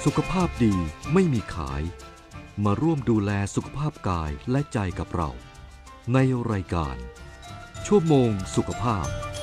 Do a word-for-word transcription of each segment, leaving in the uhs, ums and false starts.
สุขภาพดีไม่มีขายมาร่วมดูแลสุขภาพกายและใจกับเราในรายการชั่วโมงสุขภาพ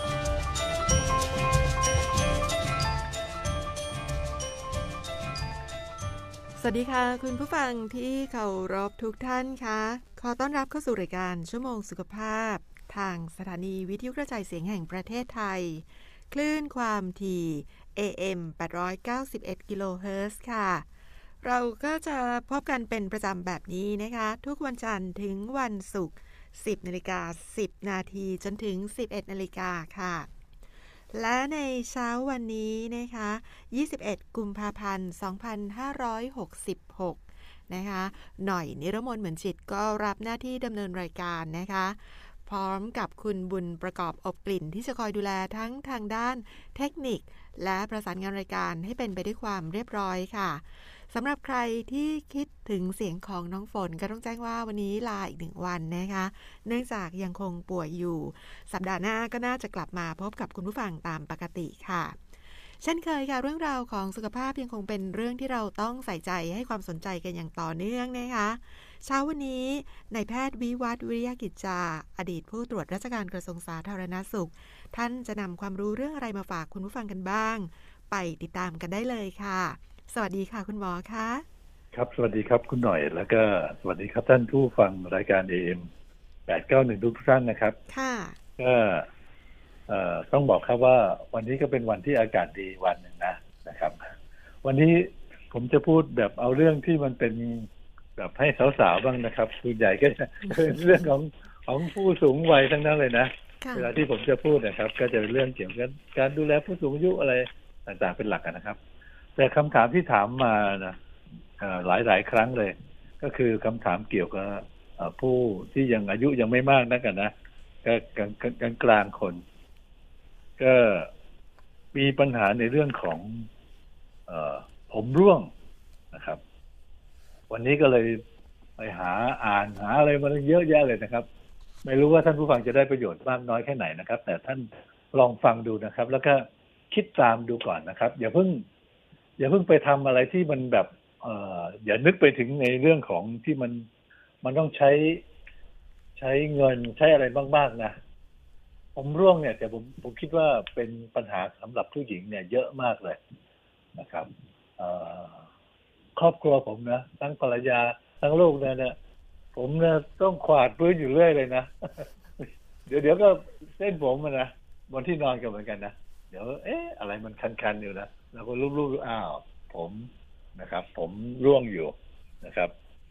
สวัสดีค่ะคุณผู้ฟังที่เคารพทุกท่านค่ะขอต้อนรับเข้าสู่รายการชั่วโมงสุขภาพทางสถานีวิทยุกระจายเสียงแห่งประเทศไทยคลื่นความถี่ เอ เอ็ม แปดร้อยเก้าสิบเอ็ด กิโลเฮิรตซ์ค่ะเราก็จะพบกันเป็นประจำแบบนี้นะคะทุกวันจันทร์ถึงวันศุกร์ สิบนาฬิกาสิบนาทีจนถึง สิบเอ็ดนาฬิกาค่ะและในเช้าวันนี้นะคะยี่สิบเอ็ดกุมภาพันธ์สองพันห้าร้อยหกสิบหกนะคะหน่อยนิรมนต์เหมือนจิตก็รับหน้าที่ดำเนินรายการนะคะพร้อมกับคุณบุญประกอบอบกลิ่นที่จะคอยดูแลทั้งทางด้านเทคนิคและประสานงานรายการให้เป็นไปด้วยความเรียบร้อยค่ะสำหรับใครที่คิดถึงเสียงของน้องฝนก็ต้องแจ้งว่าวันนี้ลาอีกหนึ่งวันนะคะเนื่องจากยังคงป่วยอยู่สัปดาห์หน้าก็น่าจะกลับมาพบกับคุณผู้ฟังตามปกติค่ะเช่นเคยค่ะเรื่องราวของสุขภาพยังคงเป็นเรื่องที่เราต้องใส่ใจให้ความสนใจกันอย่างต่อเนื่องนะคะเช้าวันนี้นายแพทย์วิวัฒน์วิริยกิจจาอดีตผู้ตรวจราชการกระทรวงสาธารณสุขท่านจะนำความรู้เรื่องอะไรมาฝากคุณผู้ฟังกันบ้างไปติดตามกันได้เลยค่ะสวัสดีค่ะคุณหมอคะครับสวัสดีครับคุณหน่อยแล้วก็สวัสดีครับท่านผู้ฟังรายการ เอ เอ็ม แปดเก้าหนึ่ง ทุกท่านนะครับค่ะก็ต้องบอกครับว่าวันนี้ก็เป็นวันที่อากาศดีวันหนึ่งนะนะครับวันนี้ผมจะพูดแบบเอาเรื่องที่มันเป็นแบบให้สาวๆบ้างนะครับส่วนใหญ่ก็จะเป็นเรื่องของของผู้สูงวัยทั้งนั้นเลยนะเวลาที่ผมจะพูดนะครับก็จะเป็นเรื่องเกี่ยวกับการดูแลผู้สูงอายุอะไรต่างๆเป็นหลักนะครับแต่คำถามที่ถามมานะหลายๆครั้งเลยก็คือคำถามเกี่ยวกับผู้ที่ยังอายุยังไม่มากนักกันนะก็กลางกลางคนก็มีปัญหาในเรื่องของเอ่อผมร่วงนะครับวันนี้ก็เลยไปหาอ่านหาอะไรมาเยอะแยะเลยนะครับไม่รู้ว่าท่านผู้ฟังจะได้ประโยชน์มากน้อยแค่ไหนนะครับแต่ท่านลองฟังดูนะครับแล้วก็คิดตามดูก่อนนะครับอย่าเพิ่งอย่าเพิ่งไปทำอะไรที่มันแบบเอ่ออย่านึกไปถึงในเรื่องของที่มันมันต้องใช้ใช้เงินใช้อะไรมากๆนะผมร่วงเนี่ยแต่ผมผมคิดว่าเป็นปัญหาสำหรับผู้หญิงเนี่ยเยอะมากเลยนะครับครอบครัวผมนะทั้งภรรยาทั้งลูกเนี่ยเนี่ยผมเนี่ยต้องขวาดพื้นอยู่เรื่อยเลยนะ เดี๋ยวเดี๋ยวก็เส้นผมมันนะบนที่นอนกันเหมือนกันนะเดี๋ยวเอ๊ะอะไรมันคันๆอยู่นะแล้วก็ลูบๆอ้าวผมนะครับผมร่วงอยู่นะครับ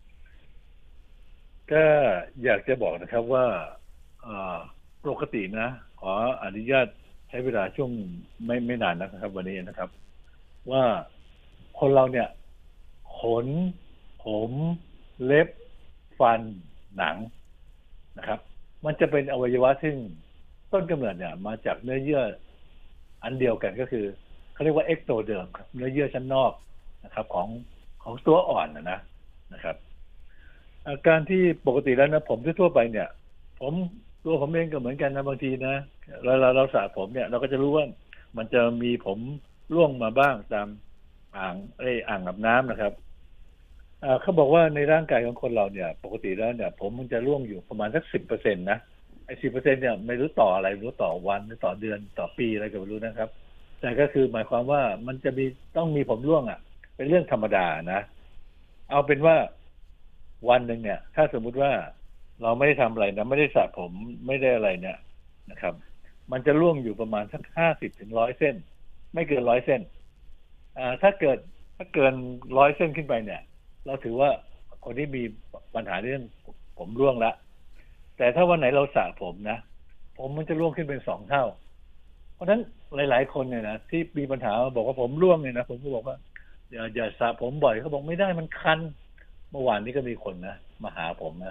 ก็อยากจะบอกนะครับว่าปกตินะขออนุญาตใช้เวลาช่วงไม่ไม่นานนะครับวันนี้นะครับว่าคนเราเนี่ยขนผมเล็บฟันหนังนะครับมันจะเป็นอวัยวะซึ่งต้นกำเนิดเนี่ยมาจากเนื้อเยื่ออันเดียวกันก็คือเขาเรียกว่าเอ็กโตเดิร์มเนื้อเยื่อชั้นนอกนะครับของของตัวอ่อนนะนะครับอาการที่ปกติแล้วนะผมทั่วไปเนี่ยผมตัวผมเองก็เหมือนกันนะบางทีนะเวลาเราสระผมเนี่ยเราก็จะรู้ว่ามันจะมีผมร่วงมาบ้างตามอ่างไอ้อ่างอาบน้ำนะครับเขาบอกว่าในร่างกายของคนเราเนี่ยปกติแล้วเนี่ยผมมันจะร่วงอยู่ประมาณสักสิบเปอร์เซ็นต์นะไอ้สิบเปอร์เซ็นต์เนี่ยไม่รู้ต่ออะไรไม่รู้ต่อวันหรือต่อเดือนต่อปีอะไรก็ไม่รู้นะครับแต่ก็คือหมายความว่ามันจะมีต้องมีผมร่วงอ่ะเป็นเรื่องธรรมดานะเอาเป็นว่าวันหนึ่งเนี่ยถ้าสมมุติว่าเราไม่ได้ทำอะไรนะไม่ได้สระผมไม่ได้อะไรเนี่ยนะครับมันจะร่วงอยู่ประมาณสักห้าสิบถึงร้อยเส้นไม่เกินร้อยเส้นอ่าถ้าเกิดถ้าเกินร้อยเส้นขึ้นไปเนี่ยเราถือว่าคนที่มีปัญหาเรื่องผมร่วงละแต่ถ้าวันไหนเราสระผมนะผมมันจะร่วงขึ้นเป็นสองเท่าเพราะฉะนั้นหลายๆคนเนี่ยนะที่มีปัญหาบอกว่าผมร่วงเนี่ยนะผมก็บอกว่าอย่าอย่าสระผมบ่อยเขาบอกไม่ได้มันคันเมื่อวานนี้ก็มีคนนะมาหาผมนะ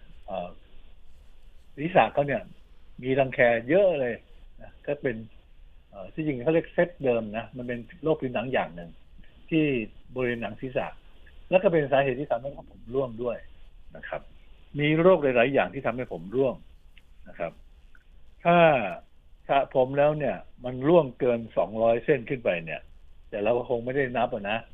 ศีรษะเขาเนี่ยมีรังแคเยอะเลยนะก็เป็นที่จริงเขาเรียกเซตเดิมนะมันเป็นโรคผิวหนังอย่างหนึ่งที่บริเวณหนังศีรษะแล้วก็เป็นสาเหตุที่ทำให้ผมร่วงด้วยนะครับมีโรคหลายๆอย่างที่ทำให้ผมร่วงนะครับถ้าสระผมแล้วเนี่ยมันร่วงเกินสองร้อยเส้นขึ้นไปเนี่ยแต่เราก็คงไม่ได้นับนะ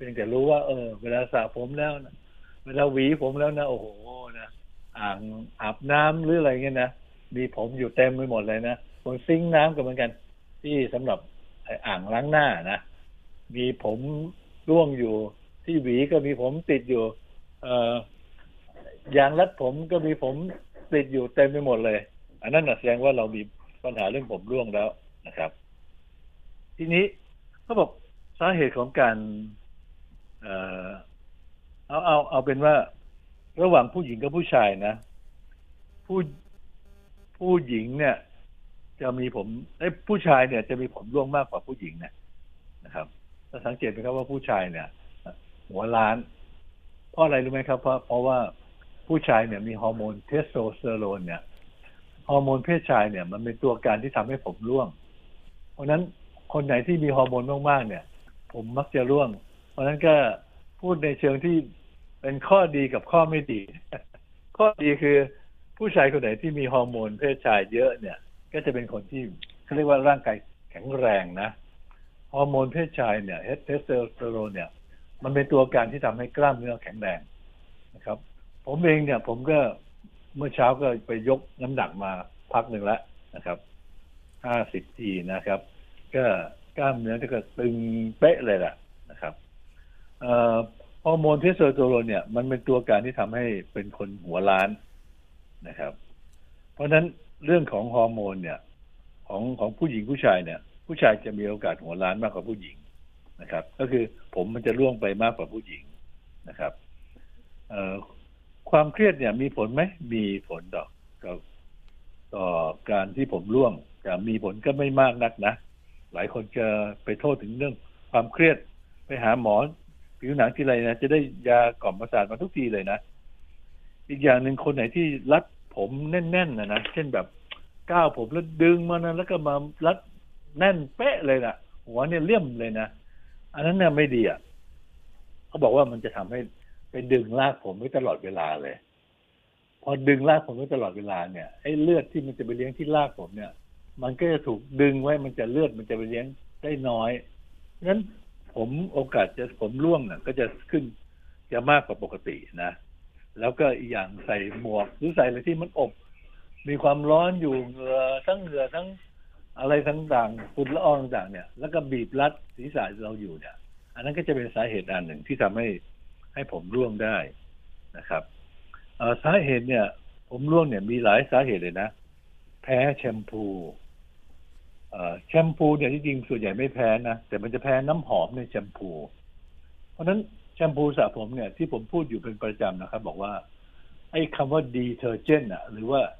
พียงแต่รู้ว่าเออเวลาสระผมแล้วนะเวลาหวีผมแล้วนะโอ้โหนะอ่างอาบน้ำหรืออะไรเงี้ยนะมีผมอยู่เต็มไปหมดเลยนะบนซิงค์น้ำก็เหมือนกันที่สำหรับอ่างล้างหน้านะมีผมร่วงอยู่ที่หวีก็มีผมติดอยู่เอ่อยางรัดผมก็มีผมติดอยู่เต็มไปหมดเลยอันนั้นแสดงว่าเรามีปัญหาเรื่องผมร่วงแล้วนะครับทีนี้เขาบอกสาเหตุของการเอ่อเอาเอาเอาเป็นว่าระหว่างผู้หญิงกับผู้ชายนะผู้ผู้หญิงเนี่ยจะมีผมไอ้ผู้ชายเนี่ยจะมีผมร่วงมากกว่าผู้หญิงเนี่ยนะครับถ้าสังเกตไหมครับว่าผู้ชายเนี่ยหัวล้านเพราะอะไรรู้ไหมครับเพราะเพราะว่าผู้ชายเนี่ยมีฮอร์โมนเทสโทสเตอโรนเนี่ยฮอร์โมนเพศชายเนี่ยมันเป็นตัวการที่ทำให้ผมร่วงเพราะนั้นคนไหนที่มีฮอร์โมนมากๆเนี่ยผมมักจะร่วงเพราะนั้นก็พูดในเชิงที่เป็นข้อดีกับข้อไม่ดี ข้อดีคือผู้ชายคนไหนที่มีฮอร์โมนเพศชายเยอะเนี่ยก็จะเป็นคนที่เขาเรียกว่าร่างกายแข็งแรงนะฮอร์โมนเพศชายเนี่ยเทสโทสเตอโรนเนี่ยมันเป็นตัวการที่ทำให้กล้ามเนื้อแข็งแรงนะครับผมเองเนี่ยผมก็เมื่อเช้าก็ไปยกน้ำหนักมาพักหนึ่งแล้วนะครับห้าสิบทีนะครับก็กล้ามเนื้อก็ตึงเป๊ะเลยแหละนะครับเอ่อฮอร์โมนเทสโทสเตอโรนเนี่ยมันเป็นตัวการที่ทำให้เป็นคนหัวล้านนะครับเพราะฉะนั้นเรื่องของฮอร์โมนเนี่ยของของผู้หญิงผู้ชายเนี่ยผู้ชายจะมีโอกาสหัวล้านมากกว่าผู้หญิงนะครับก็คือผมมันจะร่วงไปมากกว่าผู้หญิงนะครับเอ่อความเครียดเนี่ยมีผลไหมมีผลต่อต่อต่อการที่ผมร่วงแต่มีผลก็ไม่มากนักนะหลายคนจะไปโทษถึงเรื่องความเครียดไปหาหมอผิวหนังทีไรนะจะได้ยากล่อมประสาทมาทุกทีเลยนะอีกอย่างหนึ่งคนไหนที่รัดผมแน่นๆนะนะเช่นแบบก้าวผมแล้วดึงมานะแล้วก็มารัดแน่นเป๊ะเลยนะหัวเนี่ยเลี่ยมเลยนะอันนั้นเนี่ยไม่ดีอ่ะเขาบอกว่ามันจะทำให้ไปดึงลากผมไว้ตลอดเวลาเลยพอดึงลากผมไว้ตลอดเวลาเนี่ยไอ้เลือดที่มันจะไปเลี้ยงที่ลากผมเนี่ยมันก็จะถูกดึงไว้มันจะเลือดมันจะไปเลี้ยงได้น้อยงั้นผมโอกาสจะผมร่วงน่ะก็จะขึ้นจะมากกว่าปกตินะแล้วก็อีกอย่างใส่หมวกหรือใส่อะไรที่มันอบมีความร้อนอยู่เหงื่อทั้งเหงื่อทั้งอะไรต่างๆฝุ่นละอองต่างๆเนี่ยแล้วก็บีบรัดศีรษะเราอยู่เนี่ยอันนั้นก็จะเป็นสาเหตุอันหนึ่งที่ทำให้ให้ผมร่วงได้นะครับสาเหตุเนี่ยผมร่วงเนี่ยมีหลายสาเหตุเลยนะแพ้แชมพูแชมพูเนี่ยที่จริงส่วนใหญ่ไม่แพ้นะแต่มันจะแพ้น้ำหอมในแชมพูเพราะฉะนั้นแชมพูสระผมเนี่ยที่ผมพูดอยู่เป็นประจำนะครับบอกว่าไอ้คำว่าดีเทอร์เจนต์อ่ะหรือว่า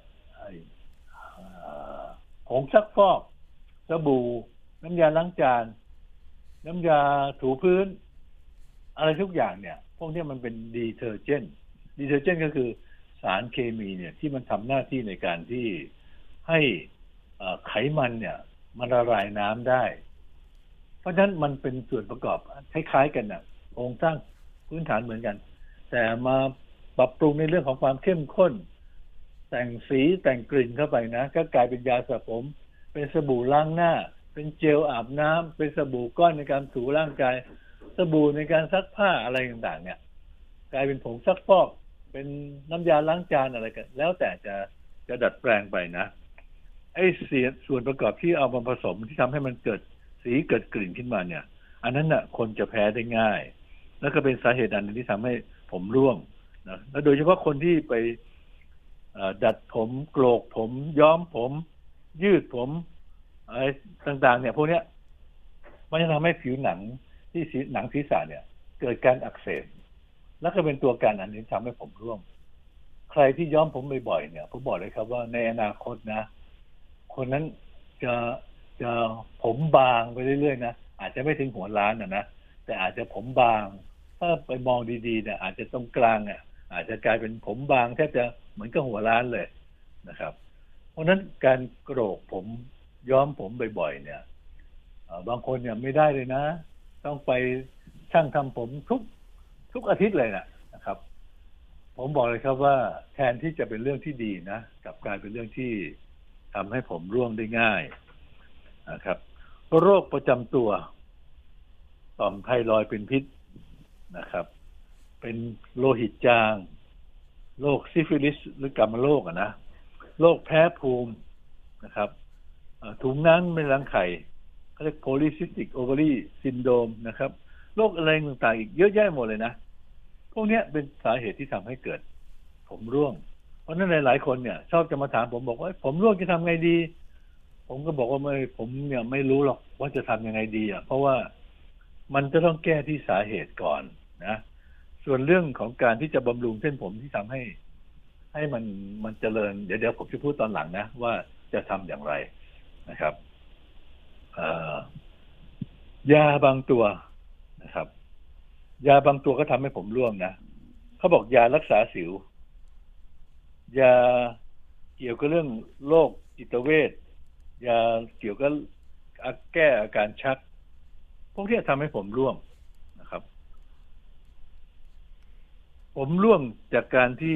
ผงซักฟอกสบู่น้ำยาล้างจานน้ำยาถูพื้นอะไรทุกอย่างเนี่ยพวกนี้มันเป็นดีเทอร์เจนต์ดีเทอร์เจนต์ก็คือสารเคมีเนี่ยที่มันทำหน้าที่ในการที่ให้ไขมันเนี่ยมันละลายน้ำได้เพราะฉะนั้นมันเป็นส่วนประกอบคล้ายๆกันนะโครงสร้างพื้นฐานเหมือนกันแต่มาปรับปรุงในเรื่องของความเข้มข้นแต่งสีแต่งกลิ่นเข้าไปนะก็กลายเป็นยาสระผมเป็นสบู่ล้างหน้าเป็นเจลอาบน้ำเป็นสบู่ก้อนในการถูร่างกายสบู่ในการซักผ้าอะไรต่างๆเนี่ยกลายเป็นผงซักฟอกเป็นน้ำยาล้างจานอะไรกันแล้วแต่จะจะดัดแปลงไปนะไอ้เสียส่วนประกอบที่เอามาผสมที่ทำให้มันเกิดสีเกิดกลิ่นขึ้นมาเนี่ยอันนั้นน่ะคนจะแพ้ได้ง่ายแล้วก็เป็นสาเหตุอันนึงที่ทำให้ผมร่วงนะแล้วโดยเฉพาะคนที่ไปดัดผมโกรกผมย้อมผมยืดผมอะไรต่างๆเนี่ยพวกเนี้ยมันจะทำให้ผิวหนังที่หนังศีรษะเนี่ยเกิดการอักเสบแล้วก็เป็นตัวการอันนี้ทำให้ผมร่วงใครที่ย้อมผมบ่อยๆเนี่ยผมบอกเลยครับว่าในอนาคตนะคนนั้นจะจะผมบางไปเรื่อยๆนะอาจจะไม่ถึงหัวล้านนะนะแต่อาจจะผมบางถ้าไปมองดีๆเนี่ยอาจจะตรงกลางอ่ะอาจจะกลายเป็นผมบางแทบจะเหมือนกับหัวล้านเลยนะครับเพราะนั้นการโกรกผมย้อมผมบ่อยๆเนี่ยบางคนเนี่ยไม่ได้เลยนะต้องไปช่างทำผมทุกทุกอาทิตย์เลยนะนะครับผมบอกเลยครับว่าแทนที่จะเป็นเรื่องที่ดีนะกลับกลายเป็นเรื่องที่ทำให้ผมร่วงได้ง่ายนะครับโรคประจำตัวต่อมไทรอยด์เป็นพิษนะครับเป็นโลหิตจางโรคซิฟิลิสหรือกำมะโรคอะนะโรคแพ้ภูมินะครับถุงน้ำในรังไข่เขาเรียก polycystic ovary syndrome นะครับโรคอะไรต่างๆอีกเยอะแยะหมดเลยนะพวกนี้เป็นสาเหตุที่ทำให้เกิดผมร่วงเพราะนั้นหลายๆคนเนี่ยชอบจะมาถามผมบอกว่าผมร่วงจะทำไงดีผมก็บอกว่าไม่ผมเนี่ยไม่รู้หรอกว่าจะทำยังไงดีอ่ะเพราะว่ามันจะต้องแก้ที่สาเหตุก่อนนะส่วนเรื่องของการที่จะบำรุงเส้นผมที่ทำให้ให้มันมันเจริญเดี๋ยวเดี๋ยวผมจะพูดตอนหลังนะว่าจะทำอย่างไรนะครับยาบางตัวนะครับยาบางตัวก็ทำให้ผมร่วงนะเขาบอกยารักษาสิวยาเกี่ยวกับเรื่องโรคจิตเวชยาเกี่ยวกับแก้อาการชักพวกนี้ทำให้ผมร่วงนะครับผมร่วงจากการที่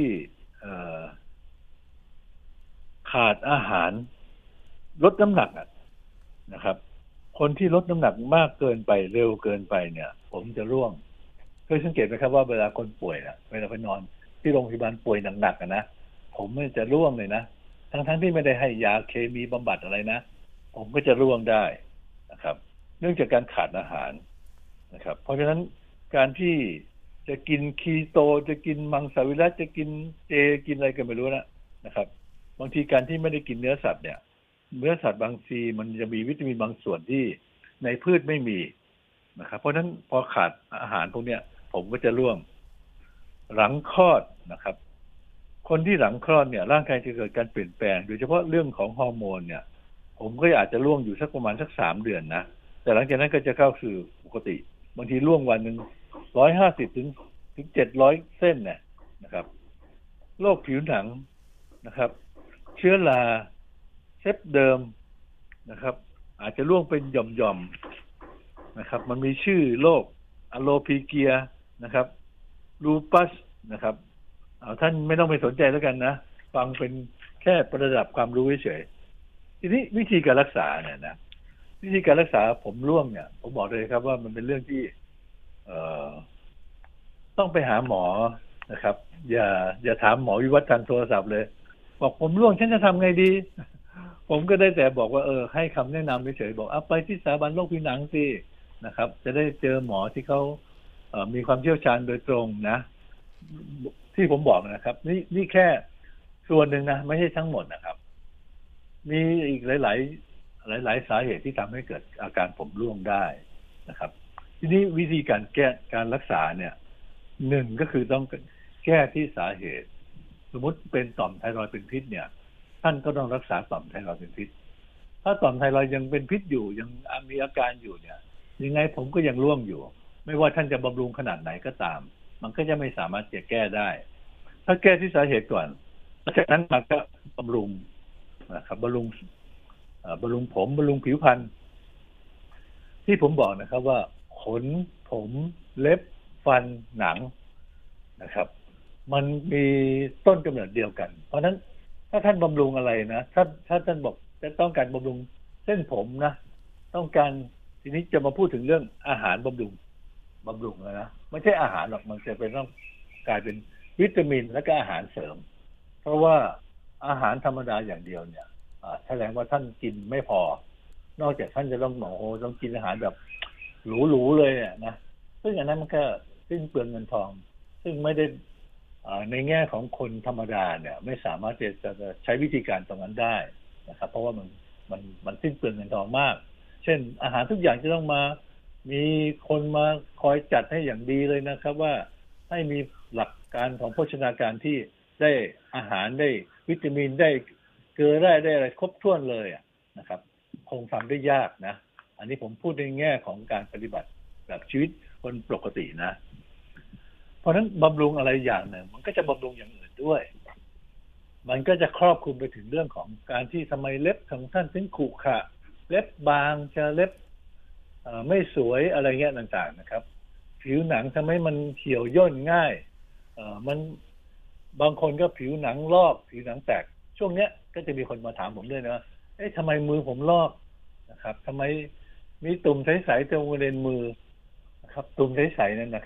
ขาดอาหารลดน้ำหนักนะครับคนที่ลดน้ำหนักมากเกินไปเร็วเกินไปเนี่ยผมจะร่วงเคยสังเกตไหมครับว่าเวลาคนป่วยนะเวลาไปนอนที่โรงพยาบาลป่วยหนักๆนะผมไม่จะร่วงเลยนะทั้งๆที่ไม่ได้ให้ยาเคมีบำบัดอะไรนะผมก็จะร่วงได้นะครับเนื่องจากการขาดอาหารนะครับเพราะฉะนั้นการที่จะกินคีโตจะกินมังสวิรัติจะกินเจกินอะไรกันไม่รู้นะนะครับบางทีการที่ไม่ได้กินเนื้อสัตว์เนี่ยเนื้อสัตว์บางทีมันจะมีวิตามินบางส่วนที่ในพืชไม่มีนะครับเพราะฉะนั้นพอขาดอาหารพวกเนี้ยผมก็จะร่วงหลังคลอดนะครับคนที่หลังคลอดเนี่ยร่างกายจะเกิดการเปลี่ยนแปลงโดยเฉพาะเรื่องของฮอร์โมนเนี่ยผมก็อาจจะร่วงอยู่สักประมาณสักสามเดือนนะแต่หลังจากนั้นก็จะเข้าสู่ปกติบางทีร่วงวันหนึ่งร้อยห้าสิบถึงถึงเจ็ดร้อยเส้นเนี่ยนะครับโรคผิวหนังนะครับเชื้อราเซปเดิมนะครับอาจจะร่วงเป็นหย่อมๆนะครับมันมีชื่อโรคอะโลพีเกียนะครับลูปัสนะครับเอาท่านไม่ต้องไปสนใจแล้วกันนะฟังเป็นแค่ประดับความรู้เฉยๆทีนี้วิธีการรักษาเนี่ยนะวิธีการรักษาผมร่วงเนี่ยผมบอกเลยครับว่ามันเป็นเรื่องที่เอ่อต้องไปหาหมอนะครับอย่าอย่าถามหมอวิวัฒน์ทางโทรศัพท์เลยบอกผมร่วงฉันจะทำไงดีผมก็ได้แต่บอกว่าเออให้คำแนะนำเฉยๆบอกเอาไปที่สถาบันโรคผิวหนังสินะครับจะได้เจอหมอที่เขาเอ่อมีความเชี่ยวชาญโดยตรงนะที่ผมบอกนะครับนี่นี่แค่ส่วนหนึ่งนะไม่ใช่ทั้งหมดนะครับมีอีกหลายๆหลายๆสาเหตุที่ทำให้เกิดอาการผมร่วงได้นะครับทีนี้วิธีการแก้การรักษาเนี่ยหนึ่งก็คือต้องแก้ที่สาเหตุสมมติเป็นต่อมไทรอยด์เป็นพิษเนี่ยท่านก็ต้องรักษาต่อมไทรอยด์เป็นพิษถ้าต่อมไทรอยด์ยังเป็นพิษอยู่ยังมีอาการอยู่เนี่ยยังไงผมก็ยังร่วงอยู่ไม่ว่าท่านจะบำรุงขนาดไหนก็ตามมันก็จะไม่สามารถจะแก้ได้ถ้าแก้ที่สาเหตุก่อนจากนั้นมันก็บำรุงนะครับบำรุงบำรุงผมบำรุงผิวพรรณที่ผมบอกนะครับว่าขนผมเล็บฟันหนังนะครับมันมีต้นกำเนิดเดียวกันเพราะฉะนั้นถ้าท่านบำรุงอะไรนะถ้าถ้าท่านบอกจะต้องการบำรุงเส้นผมนะต้องการทีนี้จะมาพูดถึงเรื่องอาหารบำรุงบำรุงแล้วนะไม่ใช่อาหารหรอกมันจะเป็นต้องกลายเป็นวิตามินและก็อาหารเสริมเพราะว่าอาหารธรรมดาอย่างเดียวเนี่ยแสดงว่าท่านกินไม่พอนอกจากท่านจะต้องบอกโอ้ต้องกินอาหารแบบหรูๆเลยนะซึ่งอันนั้นมันก็สิ้นเปลืองเงินทองซึ่งไม่ได้ในแง่ของคนธรรมดาเนี่ยไม่สามารถจะใช้วิธีการตรงนั้นได้นะครับเพราะว่ามันมันมันสิ้นเปลืองเงินทองมากเช่นอาหารทุกอย่างจะต้องมามีคนมาคอยจัดให้อย่างดีเลยนะครับว่าให้มีหลักการของโภชนาการที่ได้อาหารได้วิตามินได้เกลือได้ได้อะไรครบถ้วนเลยนะครับคงทำได้ยากนะอันนี้ผมพูดในแง่ของการปฏิบัติแบบชีวิตคนปกตินะเพราะฉะนั้นบำรุงอะไรอย่างหนึ่งมันก็จะบำรุงอย่างอื่นด้วยมันก็จะครอบคลุมไปถึงเรื่องของการที่ทำไมเล็บของท่านถึงขรุขระเล็บบางจะเล็บไม่สวยอะไรเงี้ยต่างๆนะครับผิวหนังทำให้มันเหี่ยวย่นง่ายมันบางคนก็ผิวหนังลอกผิวหนังแตกช่วงเนี้ยก็จะมีคนมาถามผมด้วยนะเอ๊ะทำไมมือผมลอกนะครับทำไมมีตุ่มใสๆตรงบริเวณมือนะครับตุ่มใสๆนั่นนะครับ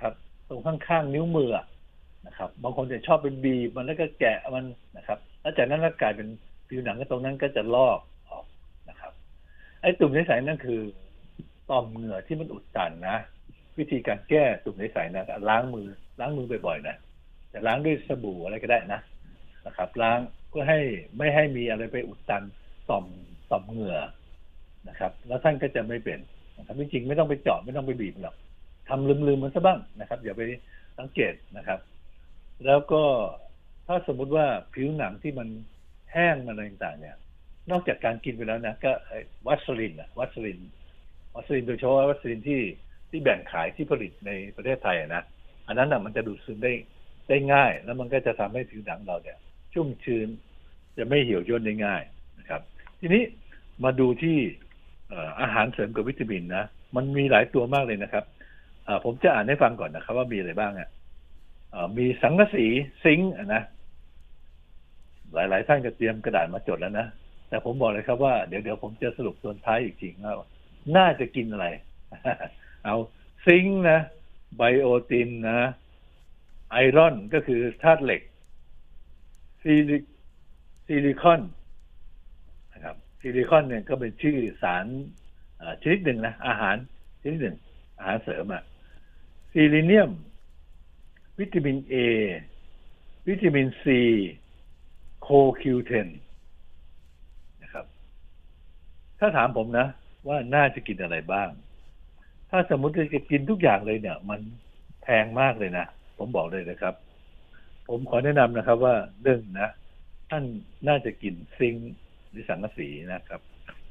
ตรงข้างๆนิ้วมือนะครับบางคนจะชอบเป็นบีบมันแล้วก็แกะมันนะครับแล้วจากนั้นก็กลายเป็นผิวหนังก็ตรงนั้นก็จะลอกออกนะครับไอ้ตุ่มใสๆนั่นคือต่อมเหงื่อที่มันอุดตันนะวิธีการแก้ตุ่มใสๆนะล้างมือล้างมือบ่อยๆนะแต่ล้างด้วยสบู่อะไรก็ได้นะนะครับล้างเพื่อให้ไม่ให้มีอะไรไปอุดตันต่อมต่อมเหงื่อนะครับแล้วท่านก็จะไม่เป็นนะครับจริงๆไม่ต้องไปเจาะไม่ต้องไปบีบหรอกทำลืมๆมันซะบ้างนะครับอย่าไปสังเกตนะครับแล้วก็ถ้าสมมุติว่าผิวหนังที่มันแห้งมันอะไรต่างๆเนี่ยนอกจากการกินไปแล้วนะก็วัสลินอะวัสลินวัสลินโดยเฉพาะวัสลินที่ที่แบ่งขายที่ผลิตในประเทศไทยนะอันนั้นอะมันจะดูดซึมได้ได้ง่ายแล้วมันก็จะทำให้ผิวหนังเราเนี่ยชุ่มชื้นจะไม่เหี่ยวย่นได้ง่ายนะครับทีนี้มาดูที่อาหารเสริมกับวิตามินนะมันมีหลายตัวมากเลยนะครับผมจะอ่านให้ฟังก่อนนะครับว่ามีอะไรบ้างอ่ะมีสังกะสีซิงค์นะหลายๆท่านก็เตรียมกระดาษมาจดแล้วนะแต่ผมบอกเลยครับว่าเดี๋ยวเดี๋ยวผมจะสรุปตอนท้ายอีกทีว่าน่าจะกินอะไร เอาซิงค์นะไบโอตินนะไอรอนก็คือธาตุเหล็กซิลิซิลิคอนนะครับซิลิคอนเนี่ยก็เป็นชื่อสารชนิดหนึ่งนะอาหารชนิดหนึ่งอาหารเสริมอ่ะซิลิเนียมวิตามิน A วิตามิน C โค คิว เท็น นะครับถ้าถามผมนะว่าน่าจะกินอะไรบ้างถ้าสมมติจะกินทุกอย่างเลยเนี่ยมันแพงมากเลยนะผมบอกเลยนะครับผมขอแนะนำนะครับว่าหนึ่งนะท่านน่าจะกินซิงค์หรือสังกะสีนะครับ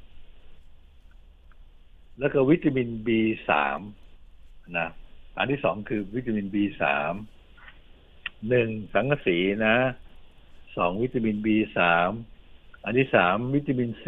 แล้วก็วิตามิน บี สาม นะอันที่สองคือวิตามิน บี สาม หนึ่งสังกะสีนะสองวิตามิน บี สาม อันที่สามวิตามิน C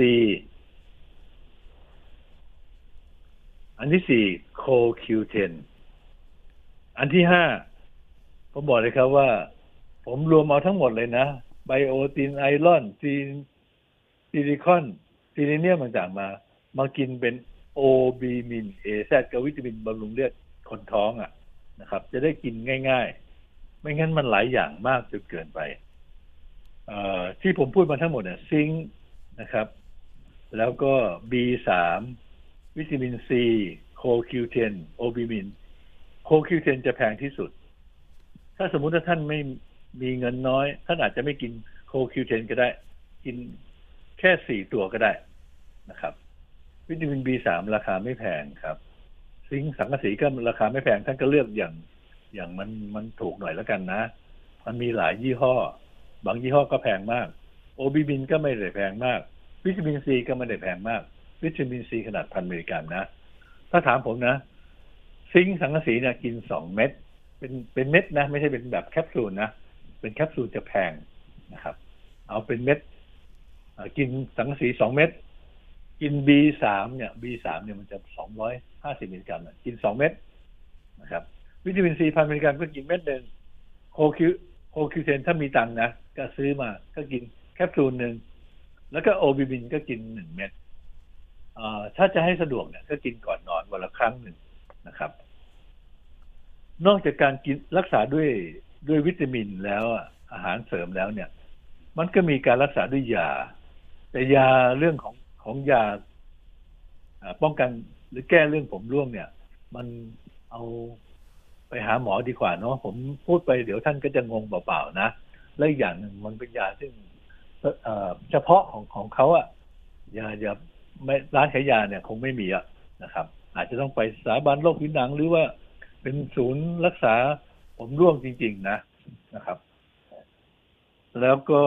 อันที่สี่โค คิว เท็น อันที่ห้าผมบอกเลยครับว่าผมรวมเอาทั้งหมดเลยนะไบโอตินไอรอนซีซิลิคอนซิลิเนียมต่างๆมามากินเป็นโอบีมินเอแซดกับวิตามินบำรุงเลือดคนท้องอ่ะนะครับจะได้กินง่ายๆไม่งั้นมันหลายอย่างมากจนเกินไปที่ผมพูดมาทั้งหมดเนี่ยซิงค์นะครับแล้วก็ บี สาม วิตามิน C โค คิว เท็น โอบีมินโค คิว เท็น จะแพงที่สุดถ้าสมมุติว่าท่านไม่มีเงินน้อยท่านอาจจะไม่กินโค คิว เท็น ก็ได้กินแค่สี่ตัวก็ได้นะครับวิตามิน บี สาม ราคาไม่แพงครับซิงค์สังกะสีก็ราคาไม่แพงท่านก็เลือกอย่างอย่างมันมันถูกหน่อยแล้วกันนะมันมีหลายยี่ห้อบางยี่ห้อก็แพงมากโอบิบินก็ไม่ได้แพงมากวิตามิน C ก็ไม่ได้แพงมากวิตามิน C ขนาดพันมิลลิกรัมนะถ้าถามผมนะซิงค์สังกะสีเนี่ยกินสองเม็ดเป็นเป็นเม็ดนะไม่ใช่เป็นแบบแคปซูลนะเป็นแคปซูลจะแพงนะครับเอาเป็นเม็ดกินสังกะสีสองเม็ดกิน บี สาม เนี่ย บี สาม เนี่ยมันจะสองร้อยห้าสิบมิลลิกรัมกินสองเม็ดนะครับวิตามิน C พันมิลลิกรัมก็กินเม็ดนึงโคคิวโคคิวเทนถ้ามีตังค์นะก็ซื้อมาก็กินแคปซูลนึงแล้วก็โอบิบินก็กินหนึ่งเม็ดอ่าถ้าจะให้สะดวกเนี่ยก็กินก่อนนอนวันละครั้งหนึ่งนะครับนอกจากการกินรักษาด้วยด้วยวิตามินแล้วอาหารเสริมแล้วเนี่ยมันก็มีการรักษาด้วยยาแต่ยาเรื่องของของยาป้องกันหรือแก้เรื่องผมร่วงเนี่ยมันเอาไปหาหมอดีกว่าเนาะผมพูดไปเดี๋ยวท่านก็จะงงเปล่าๆนะและอีกอย่างหนึ่งมันเป็นยาซึ่งเฉพาะของของเขาอ่ะยาอย่าไม่ร้านขายยาเนี่ยคงไม่มีอ่ะนะครับอาจจะต้องไปสถาบันโรคผิวหนังหรือว่าเป็นศูนย์รักษาผมร่วงจริงๆนะนะครับแล้วก็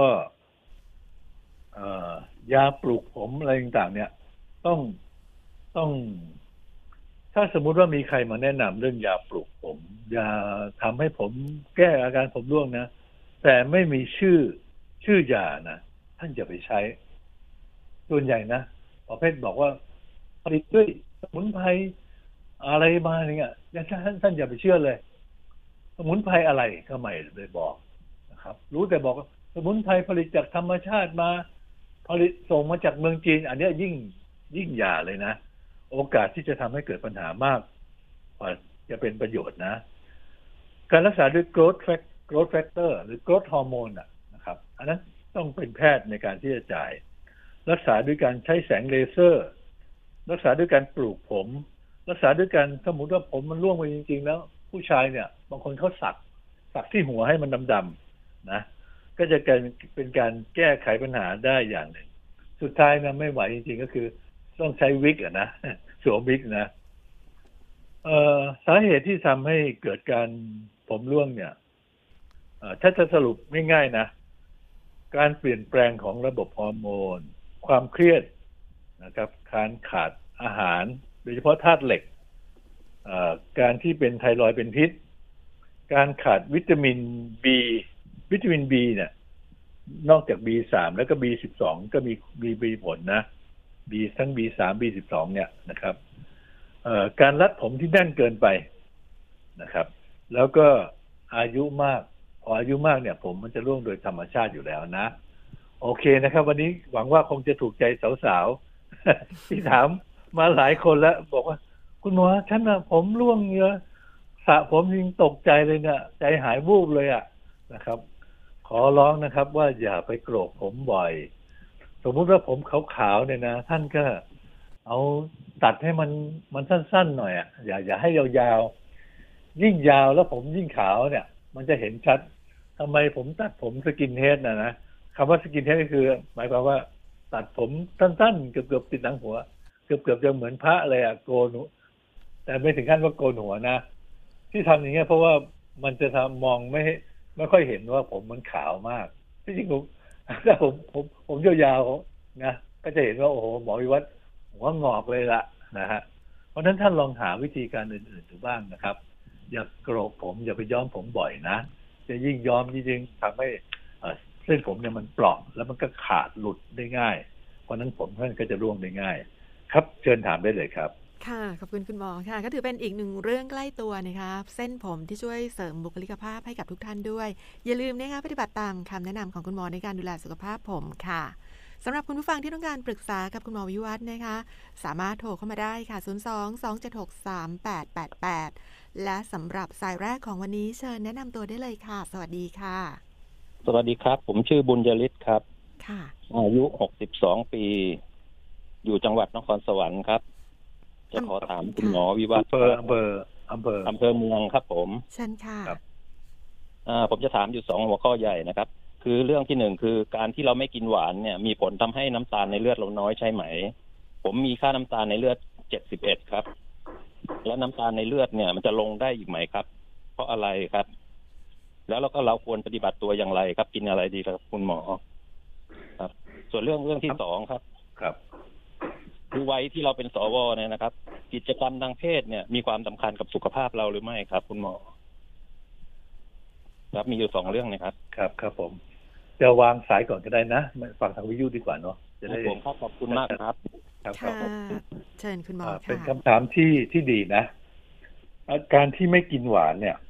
ยาปลูกผมอะไรต่างๆเนี่ยต้องต้องถ้าสมมุติว่ามีใครมาแนะนำเรื่องยาปลูกผมยาทำให้ผมแก้อาการผมร่วงนะแต่ไม่มีชื่อชื่อยานะท่านอย่าไปใช้ส่วนใหญ่นะประเภทบอกว่าผลิตด้วยสมุนไพรอะไรมาเนี่ยท่านท่านอย่าไปเชื่อเลยสมุนไพรอะไรก็ไม่ได้บอกนะครับรู้แต่บอกสมุนไพรผลิตจากธรรมชาติมาผลิตส่งมาจากเมืองจีนอันนี้ยิ่งยิ่งอย่าเลยนะโอกาสที่จะทำให้เกิดปัญหามากกว่าจะเป็นประโยชน์นะการรักษาด้วย growth fact growth factor หรือ growth hormone อ่ะนะครับอันนั้นต้องเป็นแพทย์ในการที่จะจ่ายรักษาด้วยการใช้แสงเลเซอร์รักษาด้วยการปลูกผมรักษาด้วยการสมมติว่าผมมันร่วงไปจริงๆแล้วผู้ชายเนี่ยบางคนเขาสักสักที่หัวให้มันดำๆนะก็จะเป็นการแก้ไขปัญหาได้อย่างหนึ่งสุดท้ายนะไม่ไหวจริงๆก็คือต้องใช้วิกอะนะสวมวิกนะเอ่อสาเหตุที่ทำให้เกิดการผมร่วงเนี่ยถ้าจะสรุปง่ายๆนะการเปลี่ยนแปลงของระบบฮอร์โมนความเครียดนะครับการขาดอาหารโดยเฉพาะธาตุเหล็กการที่เป็นไทรอยด์เป็นพิษการขาดวิตามิน B วิตามิน B เนี่ยนอกจาก บี สาม แล้วก็ บี สิบสอง ก็มีมีมีผลนะ B ทั้ง บี สาม บี สิบสอง เนี่ยนะครับการรัดผมที่แน่นเกินไปนะครับแล้วก็อายุมากพออายุมากเนี่ยผมมันจะร่วงโดยธรรมชาติอยู่แล้วนะโอเคนะครับวันนี้หวังว่าคงจะถูกใจสาวๆ ที่ถามมาหลายคนแล้วบอกว่าคุณหมอฉันนะผมร่วงเยอะสระผมยิงตกใจเลยเนี่ยใจหายวูบเลยอ่ะนะครับขอร้องนะครับว่าอย่าไปโกรกผมบ่อยสมมุติว่าผมขาวๆเนี่ยนะท่านก็เอาตัดให้มันมันสั้นๆหน่อยอ่ะอย่าอย่าให้ยาวๆยิ่งยาวแล้วผมยิ่งขาวเนี่ยมันจะเห็นชัดทำไมผมตัดผมสกินเฮดนะนะคำว่าสกินเฮดก็คือหมายความว่าตัดผมสั้นๆเกือบๆติดหลังหัวเกือบๆจะเหมือนพระเลยอ่ะโกนแต่ไม่ถึงขั้นว่าโกนหัวนะที่ทำอย่างเงี้ยเพราะว่ามันจะทำมองไม่ไม่ค่อยเห็นว่าผมมันขาวมากที่จริงผมถ้าผมผมผมยาวๆนะก็จะเห็นว่าโอ้โหหมอวิวัฒน์หัวงอกเลยละนะฮะเพราะฉะนั้นท่านลองหาวิธีการอื่นๆดูบ้างนะครับอย่าโกรกผมอย่าไปย้อมผมบ่อยนะจะยิ่งย้อมยิ่งทำให้เส้นผมเนี่ยมันเปราะแล้วมันก็ขาดหลุดได้ง่ายเพราะนั้นผมท่านก็จะร่วงได้ง่ายครับเชิญถามได้เลยครับค่ะขอบคุณคุณหมอค่ะก็ถือเป็นอีกหนึ่งเรื่องใกล้ตัวนะคะเส้นผมที่ช่วยเสริมบุคลิกภาพให้กับทุกท่านด้วยอย่าลืมนะคะปฏิบัติตามคำแนะนำของคุณหมอในการดูแลสุขภาพผมค่ะสำหรับคุณผู้ฟังที่ต้องการปรึกษากับคุณหมอวิวัฒน์นะคะสามารถโทรเข้ามาได้ค่ะศูนย์ สอง สอง เจ็ด หก สาม แปด แปด แปดและสำหรับสายแรกของวันนี้เชิญแนะนำตัวได้เลยค่ะสวัสดีค่ะสวัสดีครับผมชื่อบุญยฤทธิ์ครับค่ะอายุหกสิบสองปีอยู่จังหวัดนครสวรรค์ครับจะขอถามคุณหมอวิวัฒน์อำเภออำเภออำเภออำเภอเมืองครับผมเชิญค่ะครับอ่าผมจะถามอยู่สองหัวข้อใหญ่นะครับคือเรื่องที่หนึ่งคือการที่เราไม่กินหวานเนี่ยมีผลทำให้น้ำตาลในเลือดเราน้อยใช่ไหมผมมีค่าน้ำตาลในเลือดเจ็ดสิบเอ็ดครับแล้วน้ำตาลในเลือดเนี่ยมันจะลงได้อีกไหมครับเพราะอะไรครับแล้วเราก็เราควรปฏิบัติตัวอย่างไรครับกินอะไรดีครับคุณหมอครับส่วนเรื่องเรื่องที่สองครับครับคือวัยที่เราเป็นสวเนี่ยนะครับกิจกรรมทางเพศเนี่ยมีความสำคัญกับสุขภาพเราหรือไม่ครับคุณหมอครับมีอยู่สองเรื่องนะครับครับครับผมจะวางสายก่อนก็ได้นะฟังทางวิทยุดีกว่าเนาะจะได้ผมขอบคุณมากครับครับค่ะเชิญคุณหมอค่ะเป็นคำถามที่ที่ดีนะการที่ไม่กินหวานเนี่ย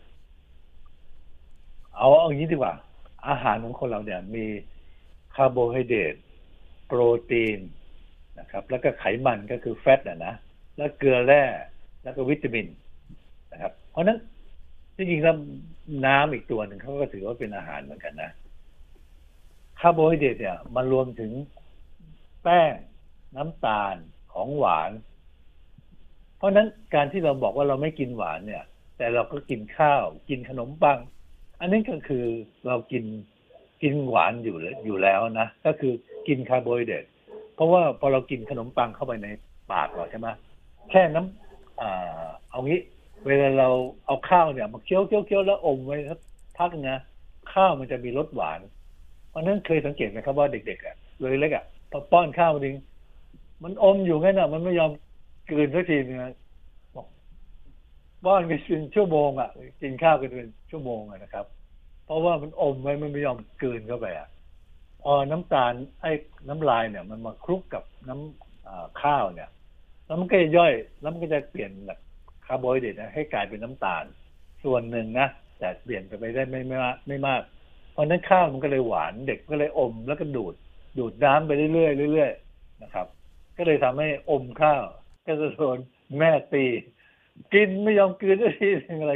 เอาเอาอย่างนี้ดีกว่าอาหารของคนเราเนี่ยมีคาร์โบไฮเดรตโปรตีนนะครับแล้วก็ไขมันก็คือแฟตนะนะแล้วเกลือแร่แล้วก็วิตามินนะครับเพราะฉะนั้นจริงๆแล้วน้ำอีกตัวหนึ่งเขาก็ถือว่าเป็นอาหารเหมือนกันนะคาร์โบไฮเดรตเนี่ยมันรวมถึงแป้งน้ำตาลของหวานเพราะฉะนั้นการที่เราบอกว่าเราไม่กินหวานเนี่ยแต่เราก็กินข้าวกินขนมปังอันนี้ก็คือเรากินกินหวานอยู่อยู่แล้วนะก็คือกินคาร์โบไฮเดรตเพราะว่าพอเรากินขนมปังเข้าไปในปากเราใช่ไหมแค่น้ำอ่าเอางี้เวลาเราเอาข้าวเนี่ยมาเคี้ยวเคี้ยวเคี้ยวแล้วอมไว้สักพักนะข้าวมันจะมีรสหวานเพราะนั้นเคยสังเกตไหมครับว่าเด็กๆอ่ะเลยเล็กอ่ะพอป้อนข้าวนึงมันอมอยู่งั้นอ่ะมันไม่ยอมกลืนสักทีนึงบอกป้อนกันเป็นชั่วโมงอ่ะกินข้าวกันเป็นชั่วโมงอ่ะนะครับเพราะว่ามันอมไว้มันไม่ยอมกลืนเข้าไปอ่ะพอน้ำตาลไอ้น้ำลายเนี่ยมันมาคลุกกับน้ำข้าวเนี่ยแล้วมันก็จะย่อยแล้วมันก็จะเปลี่ยนแบบคาร์โบไฮเดรตให้กลายเป็นน้ำตาลส่วนหนึ่งนะแต่เปลี่ยนไปได้ไม่ไม่มากไม่มากเพราะนั้นข้าวมันก็เลยหวานเด็กก็เลยอมแล้วก็ดูดดูดน้ำไปเรื่อยๆเรื่อยๆนะครับก็เลยทำให้อมข้าวก็จะโดนแม่ตีกินไม่ยอมกลืนสักทีนึงอะไรเงี้ย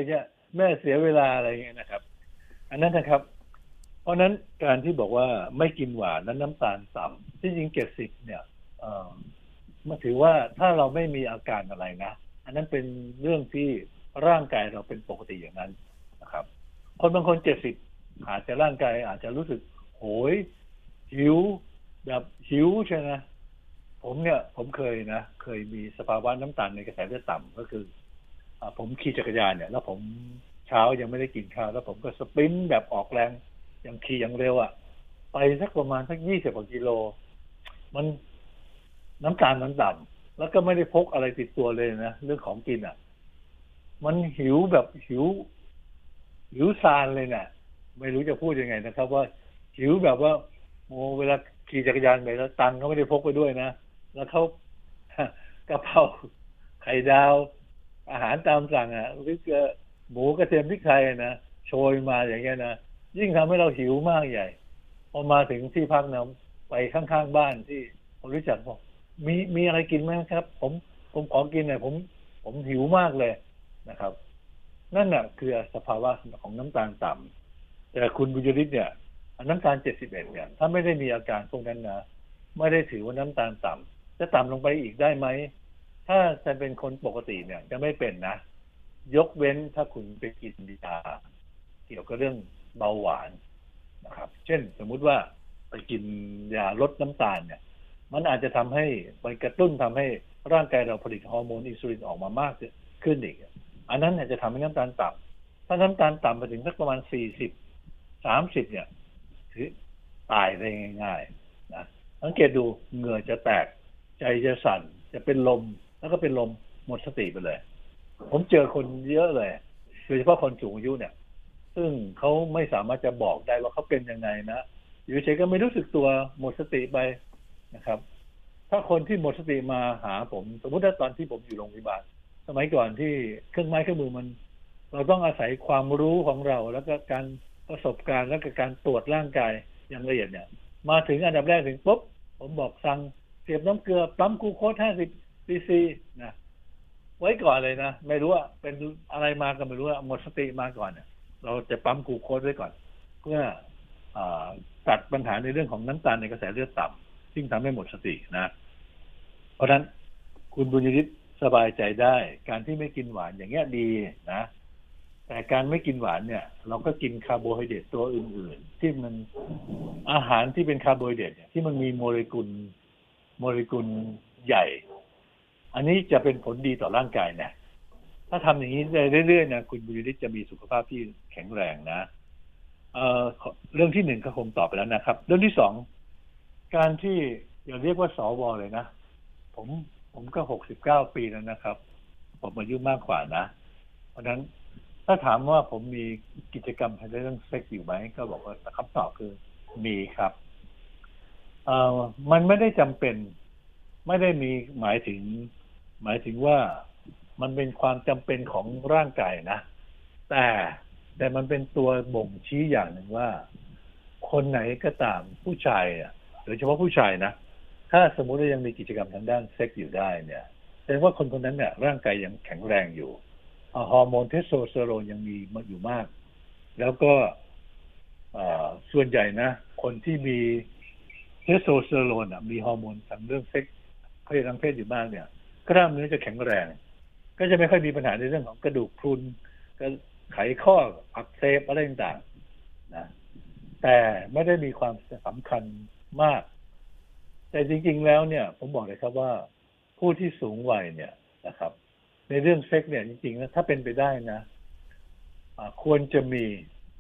แม่เสียเวลาอะไรเงี้ยนะครับอันนั้นนะครับเพราะนั้นการที่บอกว่าไม่กินหวานนั้นน้ำตาลต่ำที่จริงเจ็ดสิบเนี่ยเอ่อมาถือว่าถ้าเราไม่มีอาการอะไรนะอันนั้นเป็นเรื่องที่ร่างกายเราเป็นปกติอย่างนั้นนะครับคนบางคนเจ็ดสิบอาจจะร่างกายอาจจะรู้สึกโหยหิวแบบหิวใช่ไหมผมเนี่ยผมเคยนะเคยมีสภาวะน้ำตาลในกระแสเลือดต่ำก็คืออ่าผมขี่จักรยานเนี่ยแล้วผมเช้ายังไม่ได้กินข้าวแล้วผมก็สปรินต์แบบออกแรงอย่างขี่อย่างเร็วอ่ะไปสักประมาณสักยี่สิบกว่ากิโลมันน้ำตาลมันต่ำแล้วก็ไม่ได้พกอะไรติดตัวเลยนะเรื่องของกินอ่ะมันหิวแบบหิวหิวซานเลยเนี่ยไม่รู้จะพูดยังไงนะครับว่าหิวแบบว่าโอ้เวลาขี่จักรยานไปแล้วตังค์เขาไม่ได้พกไปด้วยนะแล้วเขากะเพราไข่ดาวอาหารตามสั่งอ่ะหรือหมูกระเทียมพริกไทยนะโชยมาอย่างเงี้ยนะยิ่งทำให้เราหิวมากใหญ่พอมาถึงที่พักนะไปข้างๆบ้านที่ผมรู้จักบอกมีมีอะไรกินไหมครับผมผมขอกินหน่อยผมผมหิวมากเลยนะครับนั่นน่ะคือสภาวะของน้ำตาลต่ำแต่คุณบุญยฤทธิ์เนี่ยน้ำตาลเจ็ดสิบเอ็ดเนี่ยถ้าไม่ได้มีอาการพวกนั้นนะไม่ได้ถือว่าน้ำตาลต่ำจะต่ำลงไปอีกได้ไหมถ้าจะเป็นคนปกติเนี่ยจะไม่เป็นนะยกเว้นถ้าคุณไปกินยาเกี่ยวกับเรื่องเบาหวานนะครับเช่นสมมุติว่าไปกินยาลดน้ำตาลเนี่ยมันอาจจะทำให้ไปกระตุ้นทำให้ร่างกายเราผลิตฮอร์โมนอินซูลินออกมามากขึ้นอีกอันนั้นอาจจะทำให้น้ำตาลต่ำถ้าน้ำตาลต่ำไปถึงสักประมาณสี่สิบ สามสิบเนี่ยถือตายได้ง่ายๆนะสังเกตดูเหงื่อจะแตกใจจะสั่นจะเป็นลมแล้วก็เป็นลมหมดสติไปเลยผมเจอคนเยอะเลยโดยเฉพาะคนสูงอายุเนี่ยซึ่งเขาไม่สามารถจะบอกได้ว่าเขาเป็นยังไงนะอยู่เฉยก็ไม่รู้สึกตัวหมดสติไปนะครับถ้าคนที่หมดสติมาหาผมสมมติว่าตอนที่ผมอยู่โรงพยาบาลสมัยก่อนที่เครื่องไม้เครื่องมือมันเราต้องอาศัยความรู้ของเราแล้วก็การประสบการณ์และก็การตรวจร่างกายอย่างละเอียดเนี่ยมาถึงอันดับแรกถึงปุ๊บผมบอกสั่งเสียบน้ำเกลือปั๊มกลูโคสห้าสิบซีซีนะไว้ก่อนเลยนะไม่รู้ว่าเป็นอะไรมาก็ไม่รู้ว่าหมดสติมาก่อนเนี่ยเราจะปั๊มกลูโคสไว้ก่อนเพื่อตัดปัญหาในเรื่องของน้ำตาลในกระแสเลือดต่ำซึ่งทำให้หมดสตินะเพราะฉะนั้นคุณบุญยฤทธิ์สบายใจได้การที่ไม่กินหวานอย่างเงี้ยดีนะแต่การไม่กินหวานเนี่ยเราก็กินคาร์โบไฮเดรตตัวอื่นๆที่มันอาหารที่เป็นคาร์โบไฮเดรตเนี่ยที่มันมีโมเลกุลโมเลกุลใหญ่อันนี้จะเป็นผลดีต่อร่างกายนะถ้าทำอย่างนี้เรื่อยๆนะคุณบุญยฤทธิ์จะมีสุขภาพที่แข็งแรงนะเอ่อเรื่องที่หนึ่งก็คงตอบไปแล้วนะครับเรื่องที่สองการที่อย่าเรียกว่าสวเลยนะผมผมก็หกสิบเก้าปีแล้วนะครับผมอายุมากกว่านะเพราะฉะนั้นถ้าถามว่าผมมีกิจกรรมทางเรื่องเซ็กส์อยู่ไหมก็บอกว่าคำตอบคือมีครับเอ่อมันไม่ได้จำเป็นไม่ได้มีหมายถึงหมายถึงว่ามันเป็นความจำเป็นของร่างกายนะแต่แต่มันเป็นตัวบ่งชี้อย่างหนึ่งว่าคนไหนก็ตามผู้ชายอ่ะโดยเฉพาะผู้ชายนะถ้าสมมุติว่ายังมีกิจกรรมทางด้านเซ็กส์อยู่ได้เนี่ยแสดงว่าคนคนนั้นเนี่ยร่างกายยังแข็งแรงอยู่ฮอร์โมนเทสโทสเตอโรนยังมีมาอยู่มากแล้วก็ส่วนใหญ่นะคนที่มีเทสโทสเตอโรนมีฮอร์โมนทางเรื่องเซ็กส์เพศทางเพศอยู่มากเนี่ยกล้ามเนื้อจะแข็งแรงก็จะไม่ค่อยมีปัญหาในเรื่องของกระดูกพรุนไขข้ออักเสบอะไรต่างๆนะแต่ไม่ได้มีความสำคัญมากแต่จริงๆแล้วเนี่ยผมบอกเลยครับว่าผู้ที่สูงวัยเนี่ยนะครับในเรื่องเซ็กเนี่ยจริงๆนะถ้าเป็นไปได้นะควรจะมี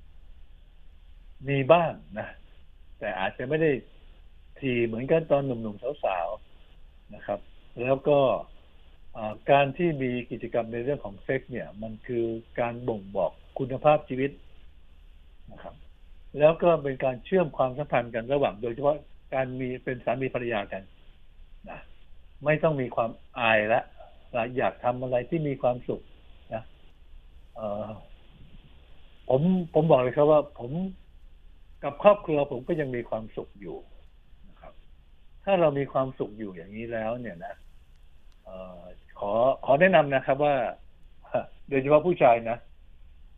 มีบ้างนะแต่อาจจะไม่ได้ทีเหมือนกันตอนหนุ่มๆสาวๆนะครับแล้วก็การที่มีกิจกรรมในเรื่องของเซ็กเนี่ยมันคือการบ่งบอกคุณภาพชีวิตนะครับแล้วก็เป็นการเชื่อมความสัมพันธ์กันระหว่างโดยเฉพาะการมีเป็นสามีภรรยากันนะไม่ต้องมีความอายละอยากทำอะไรที่มีความสุขนะเอ่อผมผมบอกเลยครับว่าผมกับครอบครัวผมก็ยังมีความสุขอยู่นะครับถ้าเรามีความสุขอยู่อย่างนี้แล้วเนี่ยนะเอ่อขอขอแนะนำนะครับว่าโดยเฉพาะผู้ชายนะ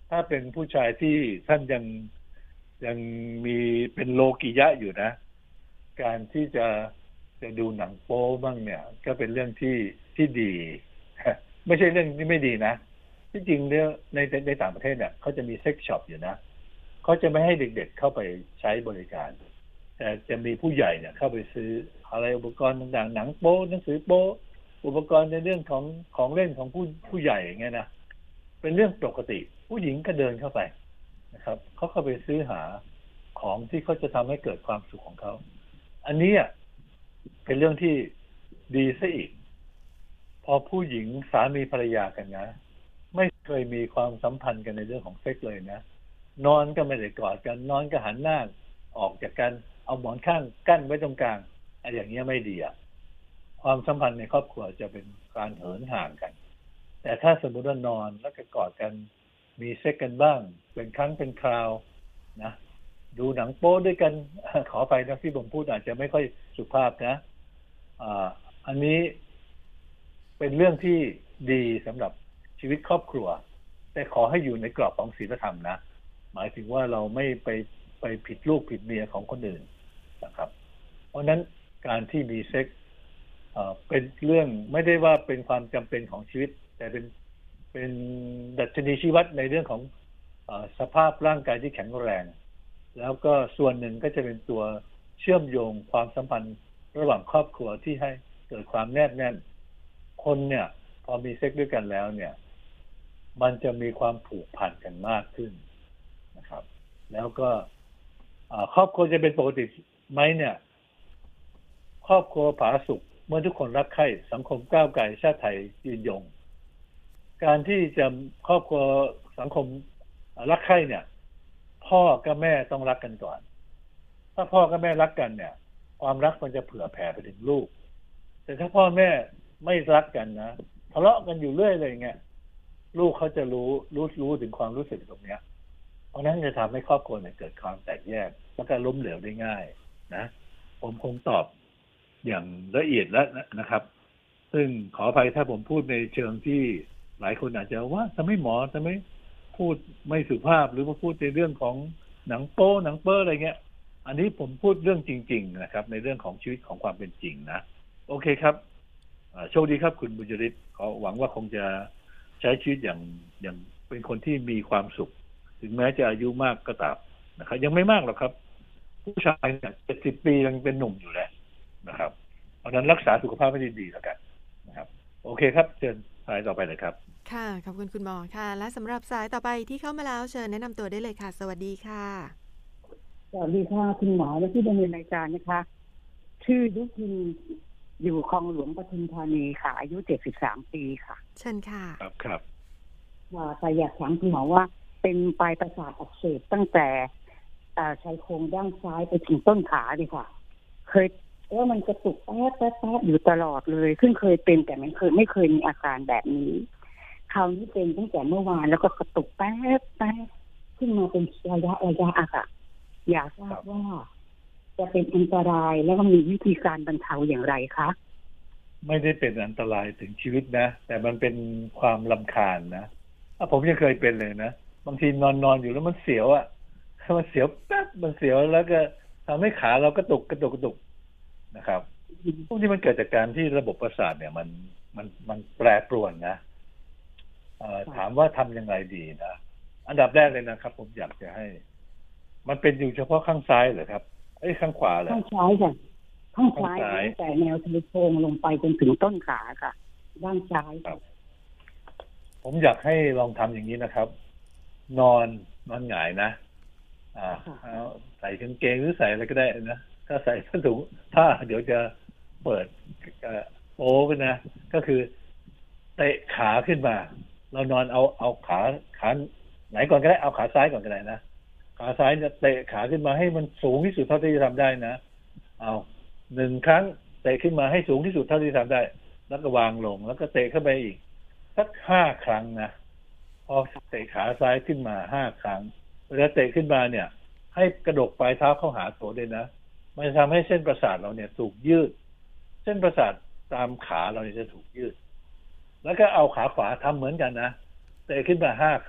ถ้าเป็นผู้ชายที่ท่านยังยังมีเป็นโลกิยะอยู่นะการที่จะจะดูหนังโป๊บ้างเนี่ยก็เป็นเรื่องที่ที่ดีไม่ใช่เรื่องที่ไม่ดีนะที่จริงเนี่ยในในต่างประเทศเนี่ยเขาจะมีเซ็กช็อปอยู่นะเขาจะไม่ให้เด็กๆเข้าไปใช้บริการแต่จะมีผู้ใหญ่เนี่ยเข้าไปซื้ออะไรอุปกรณ์ต่างๆหนังโป๊หนังสือโป๊อุปกรณ์ในเรื่องของของเล่นของผู้ผู้ใหญ่อย่างเงี้ยนะเป็นเรื่องปกติผู้หญิงก็เดินเข้าไปนะครับเขาเข้าไปซื้อหาของที่เขาจะทำให้เกิดความสุขของเขาอันนี้เป็นเรื่องที่ดีซะอีกพอผู้หญิงสามีภรรยากันนะไม่เคยมีความสัมพันธ์กันในเรื่องของเซ็กเลยนะนอนก็ไม่ได้กอดกันนอนก็หันหน้าออกจากกันเอาหมอนข้างกั้นไว้ตรงกลางไอ้อย่างเงี้ยไม่ดีอ่ะความสัมพันธ์ในครอบครัวจะเป็นการเหินห่างกันแต่ถ้าสมมติว่านอนแล้วก็กอดกันมีเซ็กกันบ้างเป็นครั้งเป็นคราวนะดูหนังโป๊ด้วยกันขอไปนะที่ผมพูดอาจจะไม่ค่อยสุภาพนะอ่าอันนี้เป็นเรื่องที่ดีสำหรับชีวิตครอบครัวแต่ขอให้อยู่ในกรอบของศีลธรรมนะหมายถึงว่าเราไม่ไปไปผิดลูกผิดเมียของคนอื่นนะครับเพราะนั้นการที่มีเซ็กเอ่อเป็นเรื่องไม่ได้ว่าเป็นความจำเป็นของชีวิตแต่เป็นเป็นดัชนีชี้วัดในเรื่องของเอ่อสภาพร่างกายที่แข็งแรงแล้วก็ส่วนหนึ่งก็จะเป็นตัวเชื่อมโยงความสัมพันธ์ระหว่างครอบครัวที่ให้เกิดความแนบแน่นคนเนี่ยพอมีเซ็กด้วยกันแล้วเนี่ยมันจะมีความผูกพันกันมากขึ้นนะครับแล้วก็ครอบครัวจะเป็นปกติไหมเนี่ยครอบครัวผาสุกเมื่อทุกคนรักใคร่สังคมก้าวไกลชาติไทยยืนยงการที่จะครอบครัวสังคมรักใคร่เนี่ยพ่อกับแม่ต้องรักกันก่อนถ้าพ่อกับแม่รักกันเนี่ยความรักมันจะเผื่อแผ่ไปถึงลูกแต่ถ้าพ่อแม่ไม่รักกันนะทะเลาะกันอยู่เรื่อยเลยเงี้ยลูกเขาจะรู้รู้รู้ถึงความรู้สึกตรงเนี้ยเพราะนั้นจะทำให้ครอบครัวเนี่ยเกิดความแตกแยกแล้วก็ล้มเหลวได้ง่ายนะผมคงตอบอย่างละเอียดแล้วนะครับซึ่งขออภัยถ้าผมพูดในเชิงที่หลายคนอาจจะว่าทำไมหมอทำไมพูดไม่สุภาพหรือว่าพูดในเรื่องของหนังโป๊หนังเป้ออะไรเงี้ยอันนี้ผมพูดเรื่องจริงๆนะครับในเรื่องของชีวิตของความเป็นจริงนะโอเคครับโชคดีครับคุณบุญยริศขอหวังว่าคงจะใช้ชีวิตอย่างอย่างเป็นคนที่มีความสุขถึงแม้จะอายุมากก็ตามนะครับยังไม่มากหรอกครับผู้ชายเนี่ยเจ็ดสิบปียังเป็นหนุ่มอยู่เลยนะครับเพราะนั้นรักษาสุขภาพให้ดีๆแล้วกันนะครับโอเคครับเชิญสายต่อไปเลยครับค่ะขอบคุณคุณหมอค่ะและสำหรับสายต่อไปที่เข้ามาแล้วเชิญแนะนำตัวได้เลยค่ะสวัสดีค่ะสวัสดีค่ะคุณหมอและที่ดำเนินรายการนะคะชื่อยุพินอยู่คลองหลวงปทุมธานีค่ะอายุเจ็ดสิบสามปีค่ะเชิญค่ะครับครับว่าแต่อยากถามคุณหมอว่าเป็นปลายประสาทอักเสบตั้งแต่ชายโครงด้านซ้ายไปถึงต้นขาเลยค่ะเคยแล้วมันกระตุกแป๊บแป๊บแป๊บอยู่ตลอดเลยซึ่งเคยเป็นแต่ไม่เคยไม่เคยมีอาการแบบนี้คราวนี้เป็นตั้งแต่เมื่อวานแล้วก็กระตุกแป๊บแป๊บขึ้นมาเป็นระยะระยะอะค่ะอยากทราบว่าจะเป็นอันตรายแล้วก็มีวิธีการบรรเทาอย่างไรคะไม่ได้เป็นอันตรายถึงชีวิตนะแต่มันเป็นความรำคาญนะผมยังเคยเป็นเลยนะบางทีนอนนอนอยู่แล้วมันเสียวอ่ะมันเสียวแป๊บมันเสียวแล้วก็ทำให้ขาเรากระตุกกระตุกกระตุกนะครับพวกนี้มันเกิดจากการที่ระบบประสาทเนี่ยมันมันมันแปรปรวนนะถามว่าทำยังไงดีนะอันดับแรกเลยนะครับผมอยากจะให้มันเป็นอยู่เฉพาะข้างซ้ายเหรอครับไอ้ข้างขวาเหรอข้างซ้ายค่ะข้างซ้ายแต่แนวทะลุโพงลงไปจนถึงต้นขาค่ะด้านซ้ายครับผมอยากให้ลองทำอย่างนี้นะครับนอนนอนหงายนะอ่าใส่กางเกงหรือใส่อะไรก็ได้นะถ้าใส่ผ้าถุงผ้าเดี๋ยวจะเปิดโป๊กันนะก็คือเตะขาขึ้นมาเรานอนเอาเอาขาขาไหนก่อนก็ได้เอาขาซ้ายก่อนก็ได้นะขาซ้ายจะเตะขาขึ้นมาให้มันสูงที่สุดเท่าที่จะทำได้นะเอาหนึ่งครั้งเตะขึ้นมาให้สูงที่สุดเท่าที่ทำได้แล้วก็วางลงแล้วก็เตะเข้าไปอีกสักห้าครั้งนะพอเตะขาซ้ายขึ้นมาห้าครั้งเวลาเตะขึ้นมาเนี่ยให้กระดกปลายเท้าเข้าหาโถด้วยนะมันจะทำให้เส้นประสาทเราเนี่ยถูกยืดเส้นประสาทตามขาเราเนี่ยจะถูกยืดแล้วก็เอาขาขวาทำเหมือนกันนะเตะขึ้นมาห้าครั้ง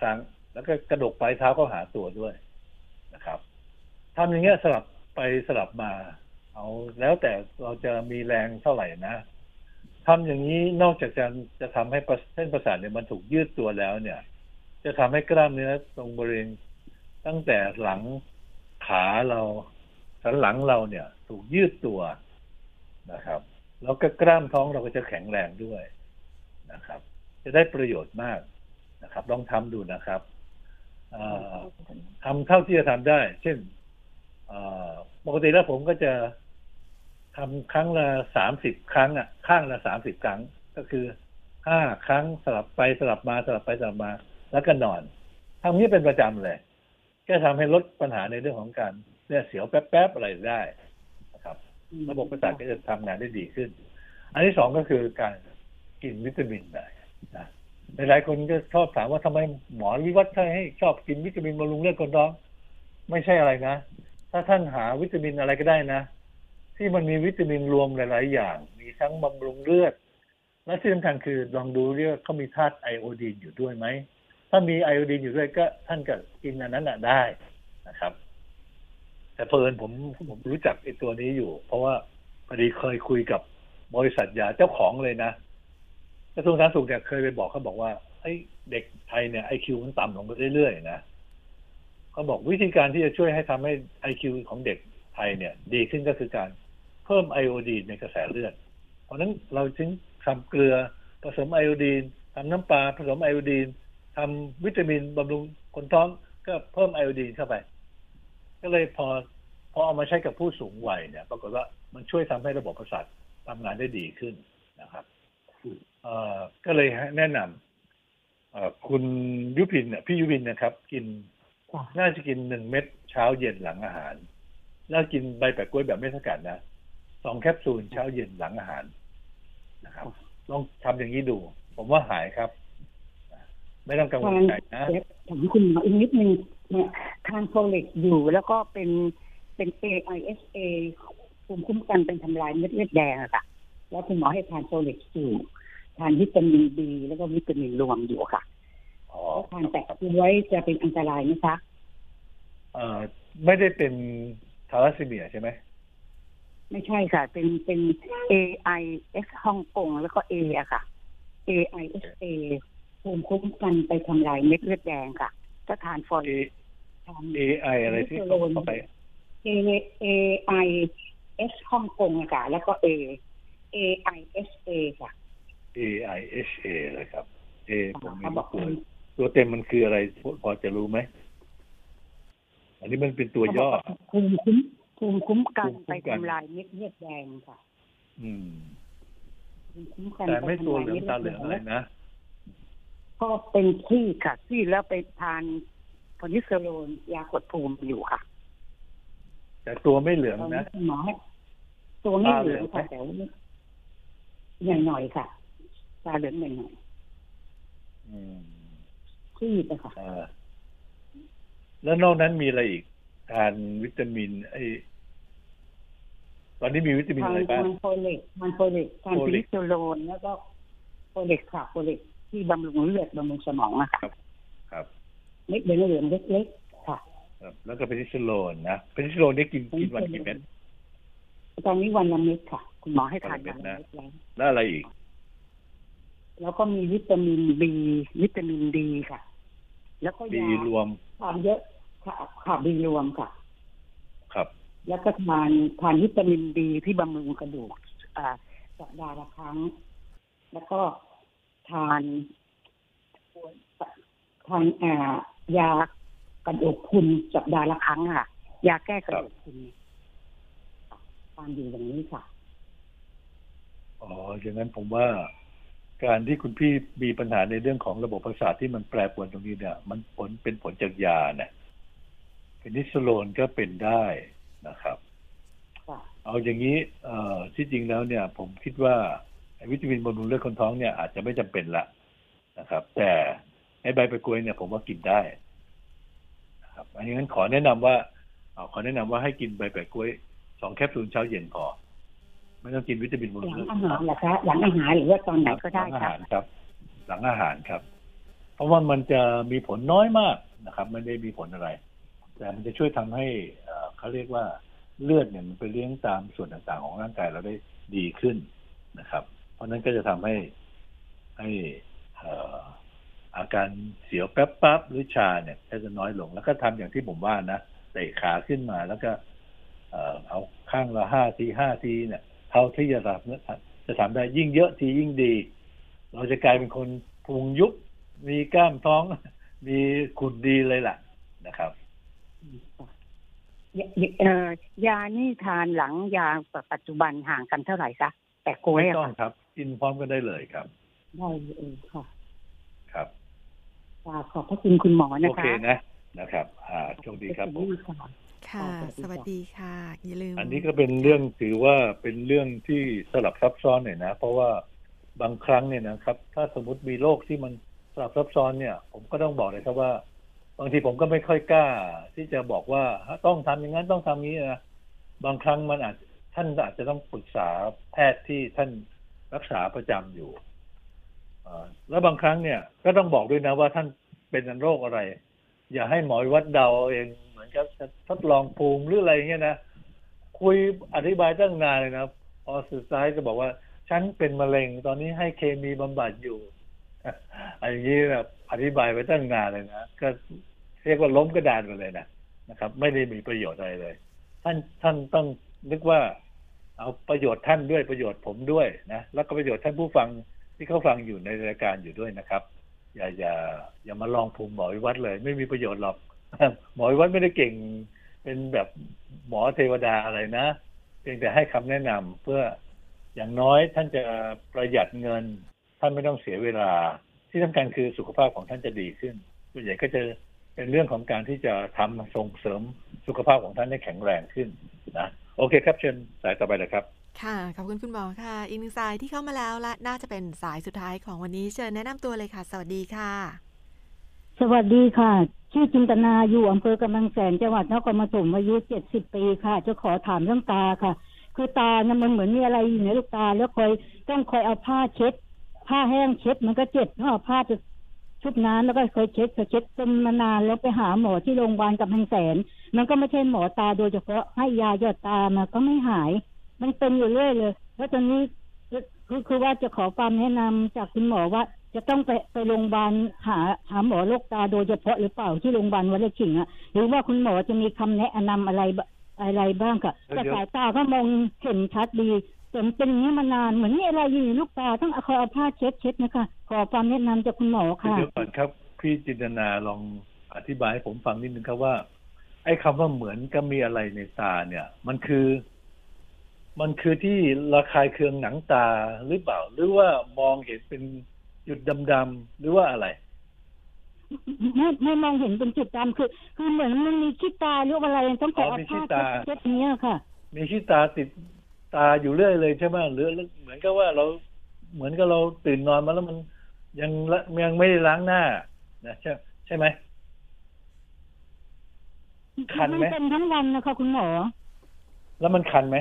แล้วก็กระดกปลายเท้าเข้าหาตัวด้วยนะครับทำอย่างเงี้ยสลับไปสลับมาเอาแล้วแต่เราจะมีแรงเท่าไหร่นะทำอย่างนี้นอกจากจะจะทำให้เส้นประสาทเนี่ยมันถูกยืดตัวแล้วเนี่ยจะทำให้กล้ามเนื้อตรงบริเวณตั้งแต่หลังขาเราสันหลังเราเนี่ยถูกยืดตัวนะครับแล้วก็กล้ามท้องเราก็จะแข็งแรงด้วยนะครับจะได้ประโยชน์มากนะครับลองทำดูนะครับทำเท่าที่จะทำได้เช่นปกติแล้วผมก็จะทำครั้งละสามสิบครั้งอ่ะข้างละสามสิบครั้งก็คือห้าครั้งสลับไปสลับมาสลับไปสลับมาแล้วก็นอนทำนี้เป็นประจำเลยก็ทำให้ลดปัญหาในเรื่องของการเนี่ยเสียวแป๊บๆอะไรได้นะครับระบบประสาทก็จะทำงานได้ดีขึ้นอันที่สองก็คือการกินวิตามินได้นะหลายคนก็ชอบถามว่าทำไมหมอวิวัฒน์ให้ชอบกินวิตามินบำรุงเลือดคนท้องไม่ใช่อะไรนะถ้าท่านหาวิตามินอะไรก็ได้นะที่มันมีวิตามินรวมหลายๆอย่างมีทั้งบำรุงเลือดและที่สำคัญคือลองดูเรื่องเขามีธาตุไอโอดีนอยู่ด้วยไหมถ้ามีไอโอดีนอยู่ด้วยก็ท่านก็กินอันนั้นน่ะได้นะครับแต่เพิ่นผมผมรู้จักไอ้ตัวนี้อยู่เพราะว่าพอดีเคยคุยกับบริษัทยาเจ้าของเลยนะกระทรวงสาธารณสุขเนี่ยเคยไปบอกเขาบอกว่าไอ้เด็กไทยเนี่ย ไอ คิว มันต่ำลงไปเรื่อยๆนะเขาบอกวิธีการที่จะช่วยให้ทำให้ ไอ คิว ของเด็กไทยเนี่ยดีขึ้นก็คือการเพิ่มไอโอดีนในกระแสเลือดเพราะฉะนั้นเราจึงทำเกลือผสมไอโอดีนทำน้ำปลาผสมไอโอดีนทำวิตามินบำรุงคนท้องก็เพิ่มไอโอดีนเข้าไปก็เลยพอพอเอามาใช้กับผู้สูงวัยเนี่ยปรากฏว่ามันช่วยทำให้ระบบประสาททำงานได้ดีขึ้นนะครับเอ่อก็เลยแนะนำเอ่อคุณยุพินเนี่ยพี่ยุพินนะครับกินน่าจะกินหนึ่งเม็ดเช้าเย็นหลังอาหารแล้วกินใบแปะกล้วยแบบไม่สกัดนะสองแคปซูลเช้าเย็นหลังอาหารนะครับลองทำอย่างนี้ดูผมว่าหายครับไม่ต้องกังวลใจนะถามคุณหมออีกนิดนึงเนี่ยทานโฟลิกอยู่แล้วก็เป็นเป็น เอ ไอ เอส เอ ภูมิคุ้มกันเป็นทำลายเม็ดเลือดแดงอะค่ะแล้วคุณหมอให้ทานโฟลิกอยู่ทานวิตามินบีแล้วก็วิตามินรวมอยู่ค่ะอ๋อทานแต่ทิ้งไว้จะเป็นอันตรายไหมคะเอ่อไม่ได้เป็นทาลัสซีเมียใช่ไหมไม่ใช่ค่ะเป็นเป็น เอ ไอ เอส ฮ่องกงแล้วก็ A อะค่ะ เอ ไอ เอส เอ ภูมิคุ้มกันไปทำลายเม็ดเลือดแดงค่ะถ้าทานฟอร์เอ ไอ อะไรที่เข้าไป A A I S ฮ่องกงอะค่ะแล้วก็ A A I S A ค่ะ A I S A เลยครับ A ผมไม่บอกเลยตัวเต็มมันคืออะไรพอจะรู้ไหมอันนี้มันเป็นตัวย่อภูมิคุ้มภูมิคุ้มกันไปทำลายเม็ดเลือดแดงค่ะอืมแต่ไม่ตัวเหลืองตาเหลืองอะไรนะก็เป็นที่ค่ะที่แล้วไปทานพอนิสโลนยากดภูมิอยู่ค่ะแต่ตัวไม่เหลืองนะหมอตัวไม่เหลืองค่ะแต่ว่าหน่อยหน่อยค่ะตาเหลืองหน่อยหน่อยที่ค่ะแล้วนอกนั้นมีอะไรอีกทานวิตามินไอตอนนี้มีวิตามินอะไรบ้างทานโฟลิกทานโฟลิกทานพิโซโลนแล้วก็โฟลิกค่ะโฟลิกที่บำรุงเลือดบำรุงสมองอะค่ะครับเม็ดเหลืองๆเล็กๆค่ะแล้วก็เพนิซิลโลนนะเพนิซิลโลนนี่กินกินวันกี่เม็ดตอนนี้วันละเม็ดค่ะคุณหมอให้ทานวันละเม็ดแล้วอะไรอีกแล้วก็มีวิตามินบีวิตามินดีค่ะแล้วก็ยารวมทานเยอะค่ะค่ะบีรวมค่ะครับแล้วก็ทานทานวิตามินดีที่บำรุงกระดูกอ่าสัปดาห์ละครั้งแล้วก็ทานทานอ่ายากระดูกพรุนสัปดาห์ละครั้งค่ะยาแก้กระดูกพรุนทานอยู่อย่างนี้ค่ะอ๋ออย่างนั้นผมว่าการที่คุณพี่มีปัญหาในเรื่องของระบบประสาทที่มันแปรปรวนตรงนี้เนี่ยมันผลเป็นผลจากยาเนี่ยเพนิซิลโลนก็เป็นได้นะครับเอาอย่างนี้เอ่อที่จริงแล้วเนี่ยผมคิดว่าวิตามินบำรุงเลือดคนท้องเนี่ยอาจจะไม่จำเป็นละนะครับแต่ไอ้ใบแปะกล้วยเนี่ยผมว่ากินได้นะครับอันนี้งั้นขอแนะนำว่าเอาขอแนะนำว่าให้กินใบแปะกล้วยสองแคปซูลเช้าเย็นพอไม่ต้องกินวิตามินบำรุงเลือดหลังอาหารเหรอคะหลังอาหารหรือว่าตอนไหนก็ได้ครับหลังอาหารครับหลังอาหารครับฟราะว่ามันจะมีผลน้อยมากนะครับไม่ได้มีผลอะไรแต่มันจะช่วยทำให้เขาเรียกว่าเลือดเนี่ยมันไปเลี้ยงตามส่วนต่างๆของร่างกายเราได้ดีขึ้นนะครับเพราะนั้นก็จะทำให้ให้อาการเสียวแป๊บปั๊บหรือชาเนี่ยจะน้อยลงแล้วก็ทำอย่างที่ผมว่านะเตะขาขึ้นมาแล้วก็เอาข้างละห้าทีห้าทีเนี่ยเท่าที่จะทำจะทำได้ยิ่งเยอะทียิ่งดีเราจะกลายเป็นคนพุงยุบมีกล้ามท้องมีขุดดีเลยล่ะนะครับยานี่ทานหลังยาปัจจุบันห่างกันเท่าไหร่คะแต่โกยไม่ต้องครับกินพร้อมกันได้เลยครับได้เองค่ะครับขอบพระคุณคุณหมอนะคะโอเคนะนะครับอ่าโชคดีครับผมค่ะสวัสดีค่ะอย่าลืมอันนี้ก็เป็นเรื่องถือว่าเป็นเรื่องที่สลับซับซ้อนหน่อยนะเพราะว่าบางครั้งเนี่ยนะครับถ้าสมมติมีโรคที่มันสลับซับซ้อนเนี่ยผมก็ต้องบอกเลยครับว่าบางทีผมก็ไม่ค่อยกล้าที่จะบอกว่าต้องทำอย่างนั้นต้องทำนี้นะบางครั้งมันอาจท่านอาจจะต้องปรึกษาแพทย์ที่ท่านรักษาประจำอยู่แล้วบางครั้งเนี่ยก็ต้องบอกด้วยนะว่าท่านเป็นโรคอะไรอย่าให้หมอวัดเดาเองเหมือนกับทดลองภูมิหรืออะไรเงี้ยนะคุยอธิบายตั้งนานเลยนะพอสุดท้ายก็บอกว่าฉันเป็นมะเร็งตอนนี้ให้เคมีบำบัดอยู่อะไรอย่างนี้แบบอธิบายไปตั้งนานเลยนะก็เรียกว่าล้มกระดานไปเลยนะนะครับไม่ได้มีประโยชน์อะไรเลยท่านท่านต้องนึกว่าเอาประโยชน์ท่านด้วยประโยชน์ผมด้วยนะแล้วก็ประโยชน์ท่านผู้ฟังที่เขาฟังอยู่ในรายการอยู่ด้วยนะครับอย่าอย่าอย่ามาลองภูมิหมอวิวัฒน์เลยไม่มีประโยชน์หรอกหมอวิวัฒน์ไม่ได้เก่งเป็นแบบหมอเทวดาอะไรนะเพียงแต่ให้คำแนะนำเพื่ออย่างน้อยท่านจะประหยัดเงินท่านไม่ต้องเสียเวลาที่สำคัญคือสุขภาพของท่านจะดีขึ้นส่วนใหญ่ก็จะเป็นเรื่องของการที่จะทำส่งเสริมสุขภาพของท่านให้แข็งแรงขึ้นนะโอเคครับเชิญสายต่อไปเลยครับค่ะขอบคุณคุณหมอค่ะอีกหนึ่งสายที่เข้ามาแล้วและน่าจะเป็นสายสุดท้ายของวันนี้เชิญแนะนำตัวเลยค่ะสวัสดีค่ะสวัสดีค่ะชื่อจินตนาอยู่อำเภอกำแพงแสนจังหวัดนครปฐมอายุเจ็ดสิบปีค่ะจะขอถามเรื่องตาค่ะคือตาเนี่ยมันเหมือนมีอะไรอยู่ในลูกตาแล้วคอยต้องคอยเอาผ้าเช็ดผ้าแห้งเช็ดมันก็เจ็บเพราะเอาผ้าจะชุบน้ำแล้วก็เคยเช็ดเคยเช็ดจนมานานแล้วไปหาหมอที่โรงพยาบาลกำแพงแสนมันก็ไม่ใช่หมอตาโดยเฉพาะให้ยาหยอดตามาก็ไม่หายมันเป็นอยู่เรื่อยเลยแล้วตอนนี้คือคือว่าจะขอความแนะนำจากคุณหมอว่าจะต้องไปไปโรงพยาบาลหาหาหมอโรคตาโดยเฉพาะหรือเปล่าที่โรงพยาบาลวัดไร่ขิงอ่ะหรือว่าคุณหมอจะมีคำแนะนำอะไรอะไรบ้างค่ะแต่สายตาก็มองเห็นชัดดีแต่เป็นอย่างนี้มานานเหมือนนี่อะไรอยู่ลูกตาต้องเอาเอาผ้าเช็ดเช็ดนะคะขอความแนะนำจากคุณหมอค่ะเดี๋ยวก่อนครับพี่จินตนาลองอธิบายให้ผมฟังนิดนึงครับว่าไอ้คำว่าเหมือนก็มีอะไรในตาเนี่ยมันคือมันคือที่ระคายเคืองหนังตาหรือเปล่าหรือว่ามองเห็นเป็นจุดดำๆหรือว่าอะไรไม่ไม่มองเห็นเป็นจุดดำคือคือเหมือนมันมีขี้ตาหรืออะไรต้องขอผ้าเช็ดเนี้ยค่ะมีขี้ตาติดตาอยู่เรื่อยเลยใช่ไหมหรือเหมือนกับว่าเราเหมือนกับเราตื่นนอนมาแล้วมันยังยังไม่ได้ล้างหน้านะใช่ใช่ไหมคันไหมมันเป็นทั้งวันนะคะคุณหมอแล้วมันคันไหม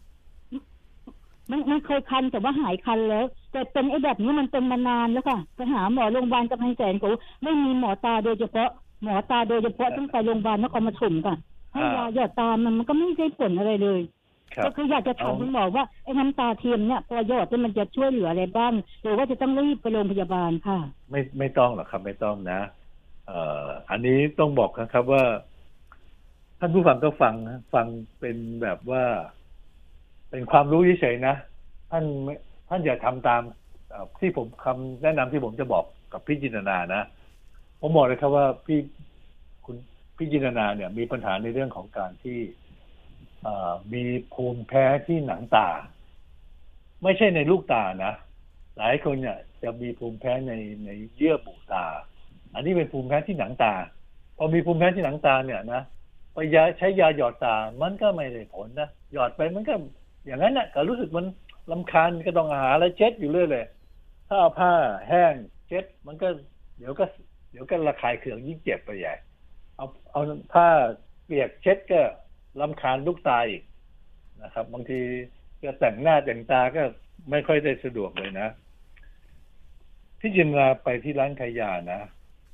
มันมันเคยคันแต่ว่าหายคันแล้วแต่เป็นไอ้แบบนี้มันเป็นมานานแล้วค่ะไปหาหมอโรงพยาบาลกำแพงแสนกูไม่มีหมอตาโดยเฉพาะหมอตาโดยเฉพาะต้องไปโรงพยาบาลนครปฐมค่ะให้ยาหยอดตามันมันก็ไม่ได้ผลอะไรเลยก็คืออยากจะถามคุณหมอว่าไอ้น้ำตาเทียมเนี่ยพอหยอดแล้วมันจะช่วยเหลืออะไรบ้างหรือว่าจะต้องรีบไปโรงพยาบาลค่ะไม่ไม่ต้องหรอกครับไม่ต้องนะเอ่ออันนี้ต้องบอกนะครับว่าท่านผู้ฟังก็ฟังนะฟังเป็นแบบว่าเป็นความรู้เฉยๆนะท่านท่านอย่าทำตามที่ผมคำแนะนำที่ผมจะบอกกับพี่จินตนานะผมบอกเลยครับว่าพี่คุณพี่จินตนาเนี่ยมีปัญหาในเรื่องของการที่มีภูมิแพ้ที่หนังตาไม่ใช่ในลูกตานะหลายคนเนี่ยจะมีภูมิแพ้ในในเยื่อบุตาอันนี้เป็นภูมิแพ้ที่หนังตาพอมีภูมิแพ้ที่หนังตาเนี่ยนะไปยาใช้ยาหยอดตามันก็ไม่ได้ผลนะหยอดไปมันก็อย่างนั้นน่ะก็รู้สึกมันรำคาญก็ต้องหาอะไรเช็ดอยู่เรื่อยเลยถ้าเอาผ้าแห้งเช็ดมันก็เดี๋ยวก็เดี๋ยวก็ระคายเคืองยิ่งเจ็บไปใหญ่เอาเอาผ้าเปียกเช็ดก็รำคาญลูกตาอีกนะครับบางทีจะแต่งหน้าแต่งตาก็ไม่ค่อยได้สะดวกเลยนะพี่จินตนาไปที่ร้านขายยานะ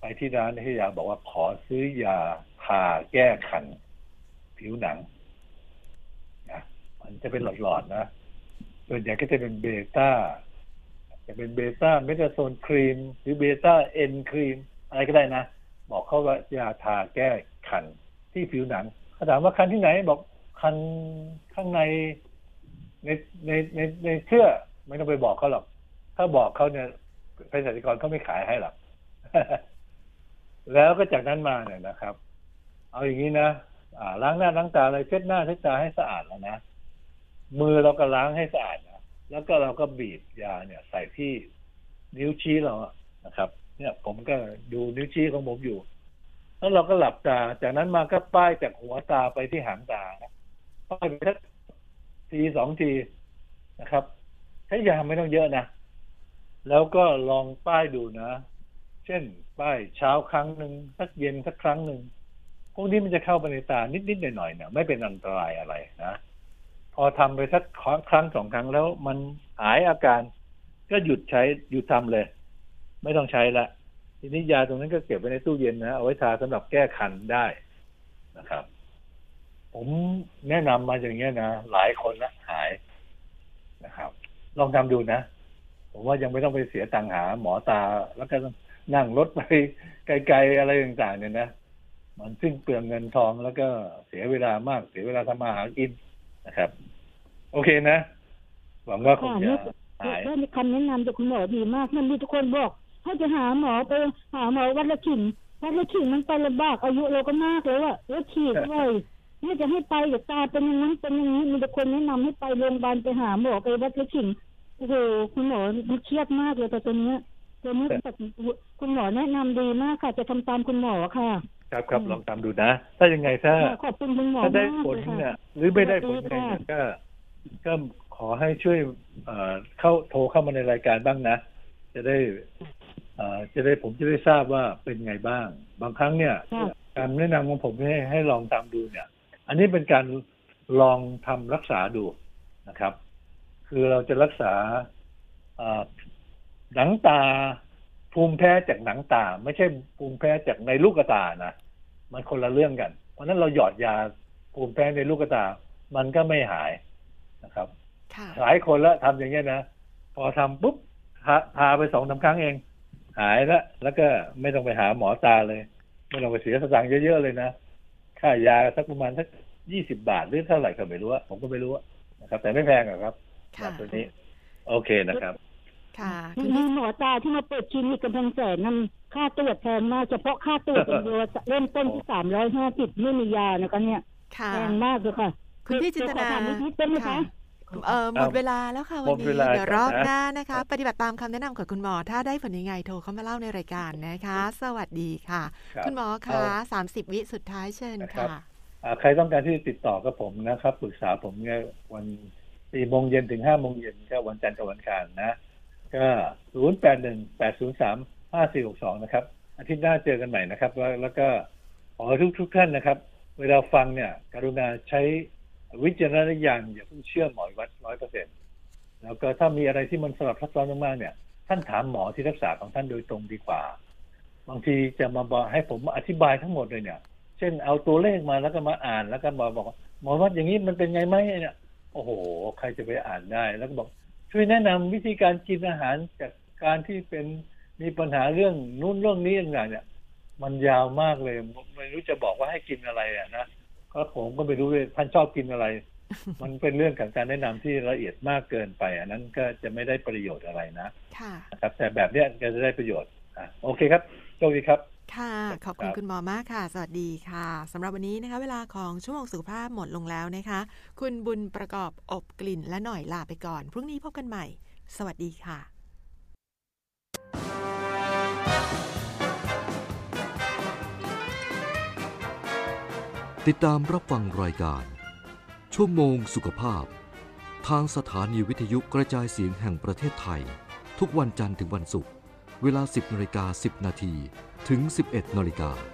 ไปที่ร้านให้ยาบอกว่าขอซื้อยาทาแก้คันผิวหนังนะมันจะเป็นหลอดๆนะส่วนใหญ่ก็จะเป็นเบต้าจะเป็นเบต้าเมทาโซนครีมหรือเบต้าเอ็นครีมอะไรก็ได้นะบอกเขาว่ายาทาแก้คันที่ผิวหนังเขาถามว่าคันที่ไหนบอกคันข้างในในในในในเสื้อไม่ต้องไปบอกเขาหรอกถ้าบอกเขาเนี่ยเภสัชกรเขาไม่ขายให้หรอก แล้วก็จากนั้นมาเนี่ยนะครับ เอาอย่างนี้นะอ่าล้างหน้าล้างตาอะไรเช็ดหน้าเช็ดตาให้สะอาดแล้วนะมือเราก็ล้างให้สะอาดนะแล้วก็เราก็บีบยาเนี่ยใส่ที่นิ้วชี้เรานะครับเนี่ยผมก็ดูนิ้วชี้ของผมอยู่แล้วเราก็หลับตาจากนั้นมาก็ป้ายจากหัวตาไปที่หางตาป้ายไปสักทีสองทีนะครับใช้ยาไม่ต้องเยอะนะแล้วก็ลองป้ายดูนะเช่นป้ายเช้าครั้งหนึ่งสักเย็นสักครั้งหนึ่งพวกนี้มันจะเข้าไปในตานิดๆหน่อยๆเนี่ยไม่เป็นอันตรายอะไรนะพอทำไปสักครั้งสองครั้งแล้วมันหายอาการก็หยุดใช้หยุดทำเลยไม่ต้องใช้ละทีนี้ยาตรงนั้นก็เก็บไว้ในตู้เย็นนะเอาไว้ทาสำหรับแก้คันได้นะครับผมแนะนำมาอย่างเงี้ยนะหลายคนละหายนะครับลองทำดูนะผมว่ายังไม่ต้องไปเสียตังค์หาหมอตาแล้วก็นั่งรถไปไกลๆอะไรต่างๆเนี่ยนะมันซึ่งเปลืองเงินทองแล้วก็เสียเวลามากเสียเวลาทำมาหากินนะครับโอเคนะหวังว่าคงจะหายได้คำแนะนำจากคุณหมอดีมากนั่นมีทุกคนบอกให้จะหาหมอไปหาหมอวัดละขิงวัดละขิงมันไปลำบากอายุเราก็มากแล้วอะแล้วฉีดเลยนี่จะให้ไปเดี๋ยวตาเป็นอย่างนั้นเป็นอย่างนี้มีแต่คนแนะนำให้ไปโรงพยาบาลไปหาหมอไปวัดละขิงโอ้โหคุณหมอมันเครียดมากเลยแต่ตอนนี้ตอนนี้แบบคุณหมอแนะนำดีมากค่ะจะทำตามคุณหมอค่ะครับครับลองทำดูนะถ้ายังไงถ้าขอบคุณคุณหมอถ้าได้ผลเนี่ยหรือไม่ได้ผลเนี่ยก็ก็ขอให้ช่วยเข้าโทรเข้ามาในรายการบ้างนะจะได้จะได้ผมจะได้ทราบว่าเป็นไงบ้างบางครั้งเนี่ยการแนะนำของผมให้ให้ลองทำดูเนี่ยอันนี้เป็นการลองทำรักษาดูนะครับคือเราจะรักษาหนังตาภูมิแพ้จากหนังตาไม่ใช่ภูมิแพ้จากในลูกตานะมันคนละเรื่องกันเพราะนั้นเราหยอดยาภูมิแพ้ในลูกตามันก็ไม่หายนะครับหลายคนแล้วทำอย่างเงี้ยนะพอทำปุ๊บทาไปสองสามครั้งเองหายแล้วแล้วก็ไม่ต้องไปหาหมอตาเลยไม่ต้องไปเสียสตางค์เยอะๆเลยนะค่ายาสักประมาณสักยี่สิบบาทหรือเท่าไหร่ก็ไม่รู้ผมก็ไม่รู้นะครับแต่ไม่แพงหรอกครับตัวนี้โอเคนะครับค่ะมีหมอตาที่มาเปิดคลินิกกำแพงแสนนั่นค่าตรวจแพงมากเฉพาะค่าตรวจอย่างเดียวเริ่มต้นที่สามร้อยห้าสิบไม่มียานะคะเนี่ยแพงมากเลยค่ะคุณพี่จินตนาค่ะเอ่อหมดเวลาแล้วค่ะวันนี้เดี๋ยวรอบหน้านะคะปฏิบัติตามคำแนะนำของคุณหมอถ้าได้ผลยังไงโทรเข้ามาเล่าในรายการนะคะสวัสดีค่ะคุณหมอคะสามสิบวิสุดท้ายเชิญค่ะใครต้องการที่ติดต่อกับผมนะครับปรึกษาผมเนี่ยวันสี่โมงเย็นถึงห้าโมงเย็นก็วันจันทร์กับวันอังคารนะก็ศูนย์แปดหนึ่งแปดศูนย์สามห้าสี่หกสองนะครับอาทิตย์หน้าเจอกันใหม่นะครับแล้วแล้วก็ขอทุกทุกท่านนะครับเวลาฟังเนี่ยกรุณาใช้วิจารณญาณอย่าเพิ่งเชื่อหมอวัดร้อยเปอร์เซ็นต์แล้วก็ถ้ามีอะไรที่มันสลับซับซ้อนมากๆเนี่ยท่านถามหมอที่รักษาของท่านโดยตรงดีกว่าบางทีจะมาบอกให้ผมอธิบายทั้งหมดเลยเนี่ยเช่นเอาตัวเลขมาแล้วก็มาอ่านแล้วก็มาบอกหมอวัดอย่างนี้มันเป็นไงไหมเนี่ยโอ้โหใครจะไปอ่านได้แล้วก็บอกช่วยแนะนำวิธีการกินอาหารจากการที่เป็นมีปัญหาเรื่องนู้นเรื่องนี้ต่างๆเนี่ยมันยาวมากเลยไม่รู้จะบอกว่าให้กินอะไรอ่ะนะก็ผมก็ไม่รู้เลยท่านชอบกินอะไร มันเป็นเรื่องของการแนะนำที่ละเอียดมากเกินไปอันนั้นก็จะไม่ได้ประโยชน์อะไรนะนะครับแต่แบบเนี้ยก็จะได้ประโยชน์อ่ะโอเคครับโชคดีครับค่ะขอบคุณคุณหมอมากค่ะสวัสดีค่ะสำหรับวันนี้นะคะเวลาของชั่วโมงสุขภาพหมดลงแล้วนะคะคุณบุญประกอบอบกลิ่นและหน่อยลาไปก่อนพรุ่งนี้พบกันใหม่สวัสดีค่ะติดตามรับฟังรายการชั่วโมงสุขภาพทางสถานีวิทยุกระจายเสียงแห่งประเทศไทยทุกวันจันทร์ถึงวันศุกร์เวลา สิบนาฬิกาสิบนาทีถึง สิบเอ็ดนาฬิกา